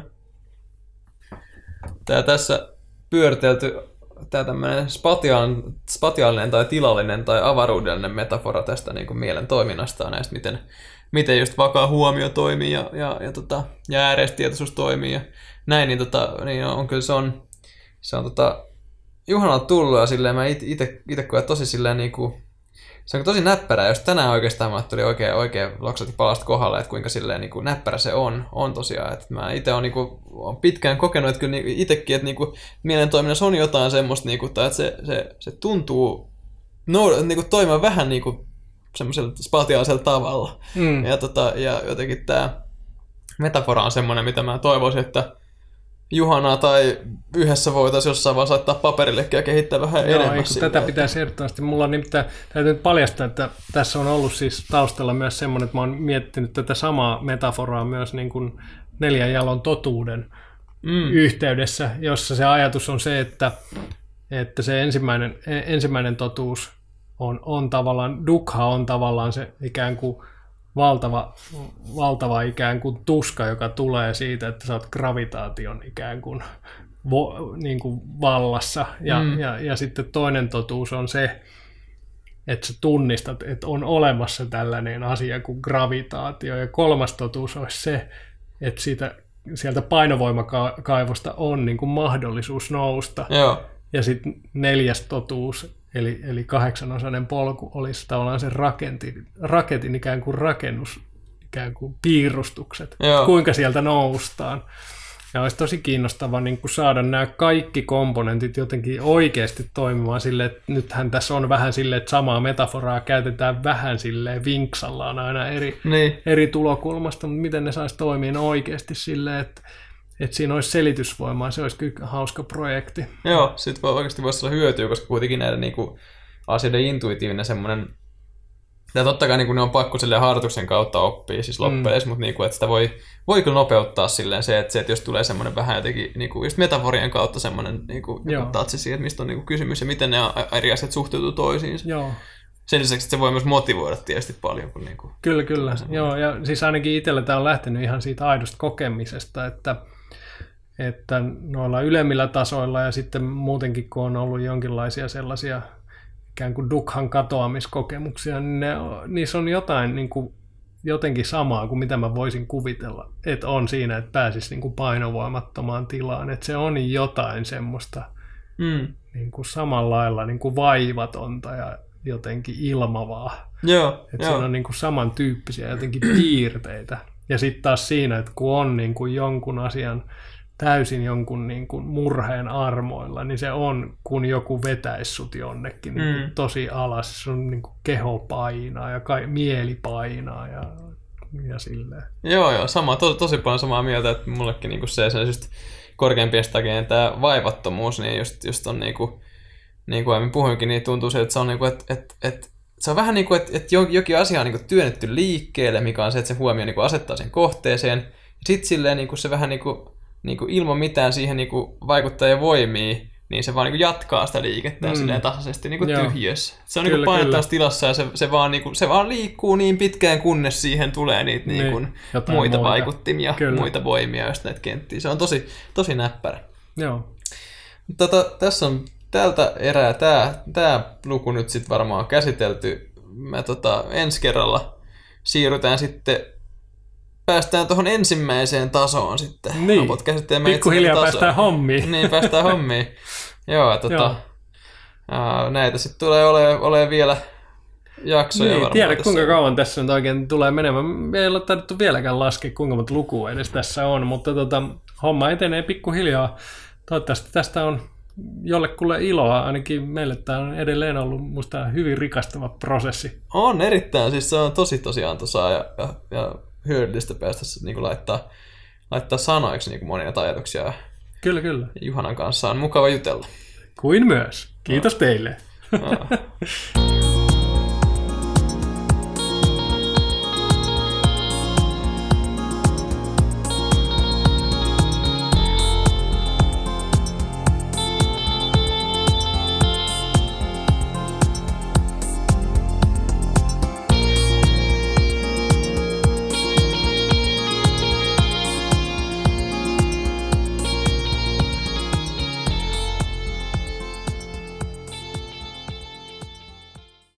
Tässä pyöritelty tämä tämmöinen spatiaalinen tai tilallinen tai avaruudellinen metafora tästä niin kuin mielen toiminnasta, näistä miten just vakaa huomio toimii ja ääreistietoisuus toimii ja näin, niin on kyllä se on Juhanalta tullut ja silleen mä itse koen tosi silleen niinku, se on tosi näppärä, jos tänään oikeastaan mulle tuli oikein loksati palasta kohdalle, että kuinka silleen niinku näppärä se on tosiaan, että mä itse on niinku on pitkään kokenut, että kyllä itsekin, että niinku mielen toiminnassa on jotain semmoista niinku, että se tuntuu niinku toimia vähän niinku semmoisella spatiaalisella tavalla. Ja jotenkin tää metafora on semmoinen, mitä mä toivoisin, että Juhana tai yhdessä voitaisiin jossain vaan saattaa paperillekin ja kehittää vähän enemmän. Tätä pitäisi ehdottomasti. Mulla on nimittäin, täytyy nyt paljastaa, että tässä on ollut siis taustalla myös semmoinen, että mä oon miettinyt tätä samaa metaforaa myös niin kuin 4 jalon totuuden yhteydessä, jossa se ajatus on se, että se ensimmäinen totuus on tavallaan, dukkha on tavallaan se ikään kuin valtava ikään kuin tuska, joka tulee siitä, että sä oot gravitaation ikään kuin, niin kuin vallassa. Ja sitten toinen totuus on se, että sä tunnistat, että on olemassa tällainen asia kuin gravitaatio. Ja kolmas totuus olisi se, että sieltä painovoimakaivosta on niin kuin mahdollisuus nousta. Joo. Ja sitten 4. totuus, eli 8-osainen polku, olisi tavallaan se raketin ikään kuin rakennus, ikään kuin piirustukset, kuinka sieltä noustaan. Ja olisi tosi kiinnostavaa niin kuin saada nämä kaikki komponentit jotenkin oikeasti toimimaan silleen, että nythän tässä on vähän silleen, että samaa metaforaa käytetään vähän silleen vinksallaan aina eri tulokulmasta, mutta miten ne saisi toimia oikeasti silleen, että siinä olisi selitysvoimaa, se olisi kyllä hauska projekti. Joo, sitten oikeasti voisi olla hyötyä, koska kuitenkin näiden niinku asioiden intuitiivinen semmoinen, ja totta kai niinku ne on pakko silleen harjoituksen kautta oppia siis loppupeleissä, mutta niinku, että sitä voi kyllä nopeuttaa silleen se, että jos tulee semmoinen vähän jotenkin niinku just metaforien kautta semmoinen niinku tatsi siihen, että mistä on niinku kysymys ja miten ne eri asiat suhteutuu toisiinsa. Joo. Sen lisäksi, että se voi myös motivoida tietysti paljon. Kun niinku kyllä. Joo, ja siis ainakin itsellä tämä on lähtenyt ihan siitä aidosta kokemisesta, että noilla ylemmillä tasoilla ja sitten muutenkin, kun on ollut jonkinlaisia sellaisia ikään kuin dukkhan katoamiskokemuksia, niin niissä on jotain niin kuin, jotenkin samaa kuin mitä mä voisin kuvitella, että on siinä, että pääsisi niin kuin painovoimattomaan tilaan, että se on jotain semmoista niin kuin samalla lailla niin kuin vaivatonta ja jotenkin ilmavaa. Että siinä on niin kuin samantyyppisiä jotenkin piirteitä. Ja sitten taas siinä, että kun on niin kuin jonkun asian täysin jonkun niin kuin murheen armoilla, niin se on, kun joku vetäisi sut jonnekin niin kuin tosi alas. Se on niin kuin keho painaa ja mieli painaa ja silleen. Joo, sama, tosi paljon samaa mieltä, että mullekin niin kuin se just korkeampien stagien tämä vaivattomuus, niin just on niin kuin aiemmin puhuinkin, niin tuntuu se, että se on niin kuin, että se on vähän niin kuin, että jokin asia on niin kuin työnnetty liikkeelle, mikä on se, että se huomio niin kuin asettaa sen kohteeseen. Ja sitten silleen niin kuin se vähän niin kuin ilman mitään siihen niin kuin vaikuttajien voimia, niin se vaan niin kuin jatkaa sitä liikettä silleen tasaisesti niin kuin tyhjössä. Se on niin kuin painettavassa tilassa ja se vaan liikkuu niin pitkään, kunnes siihen tulee niitä niin kuin muita vaikuttimia, muita voimia, just näitä kenttiä. Se on tosi näppärä. Joo. Tässä on tältä erää tämä luku nyt sitten varmaan käsitelty. Me ensi kerralla siirrytään sitten, päästään tuohon ensimmäiseen tasoon sitten. Niin, pikkuhiljaa päästään hommiin. Niin, päästään hommiin. Joo, näitä sitten tulee olemaan vielä jaksoja niin, varmaan. Tiedä kuinka kauan tässä nyt oikein tulee menemään. Me ei ole tarvittu vieläkään laskea, kuinka monta lukua edes tässä on, mutta homma etenee pikkuhiljaa. Toivottavasti tästä on jollekulle iloa, ainakin meille tämä on edelleen ollut musta hyvin rikastava prosessi. On erittäin, siis se on tosi antoisaa ja hyödyllistä päästä niin kuin laittaa sanoiksi niin kuin monia ajatuksia. Kyllä. Juhanan kanssa on mukava jutella. Kuin myös. Kiitos teille.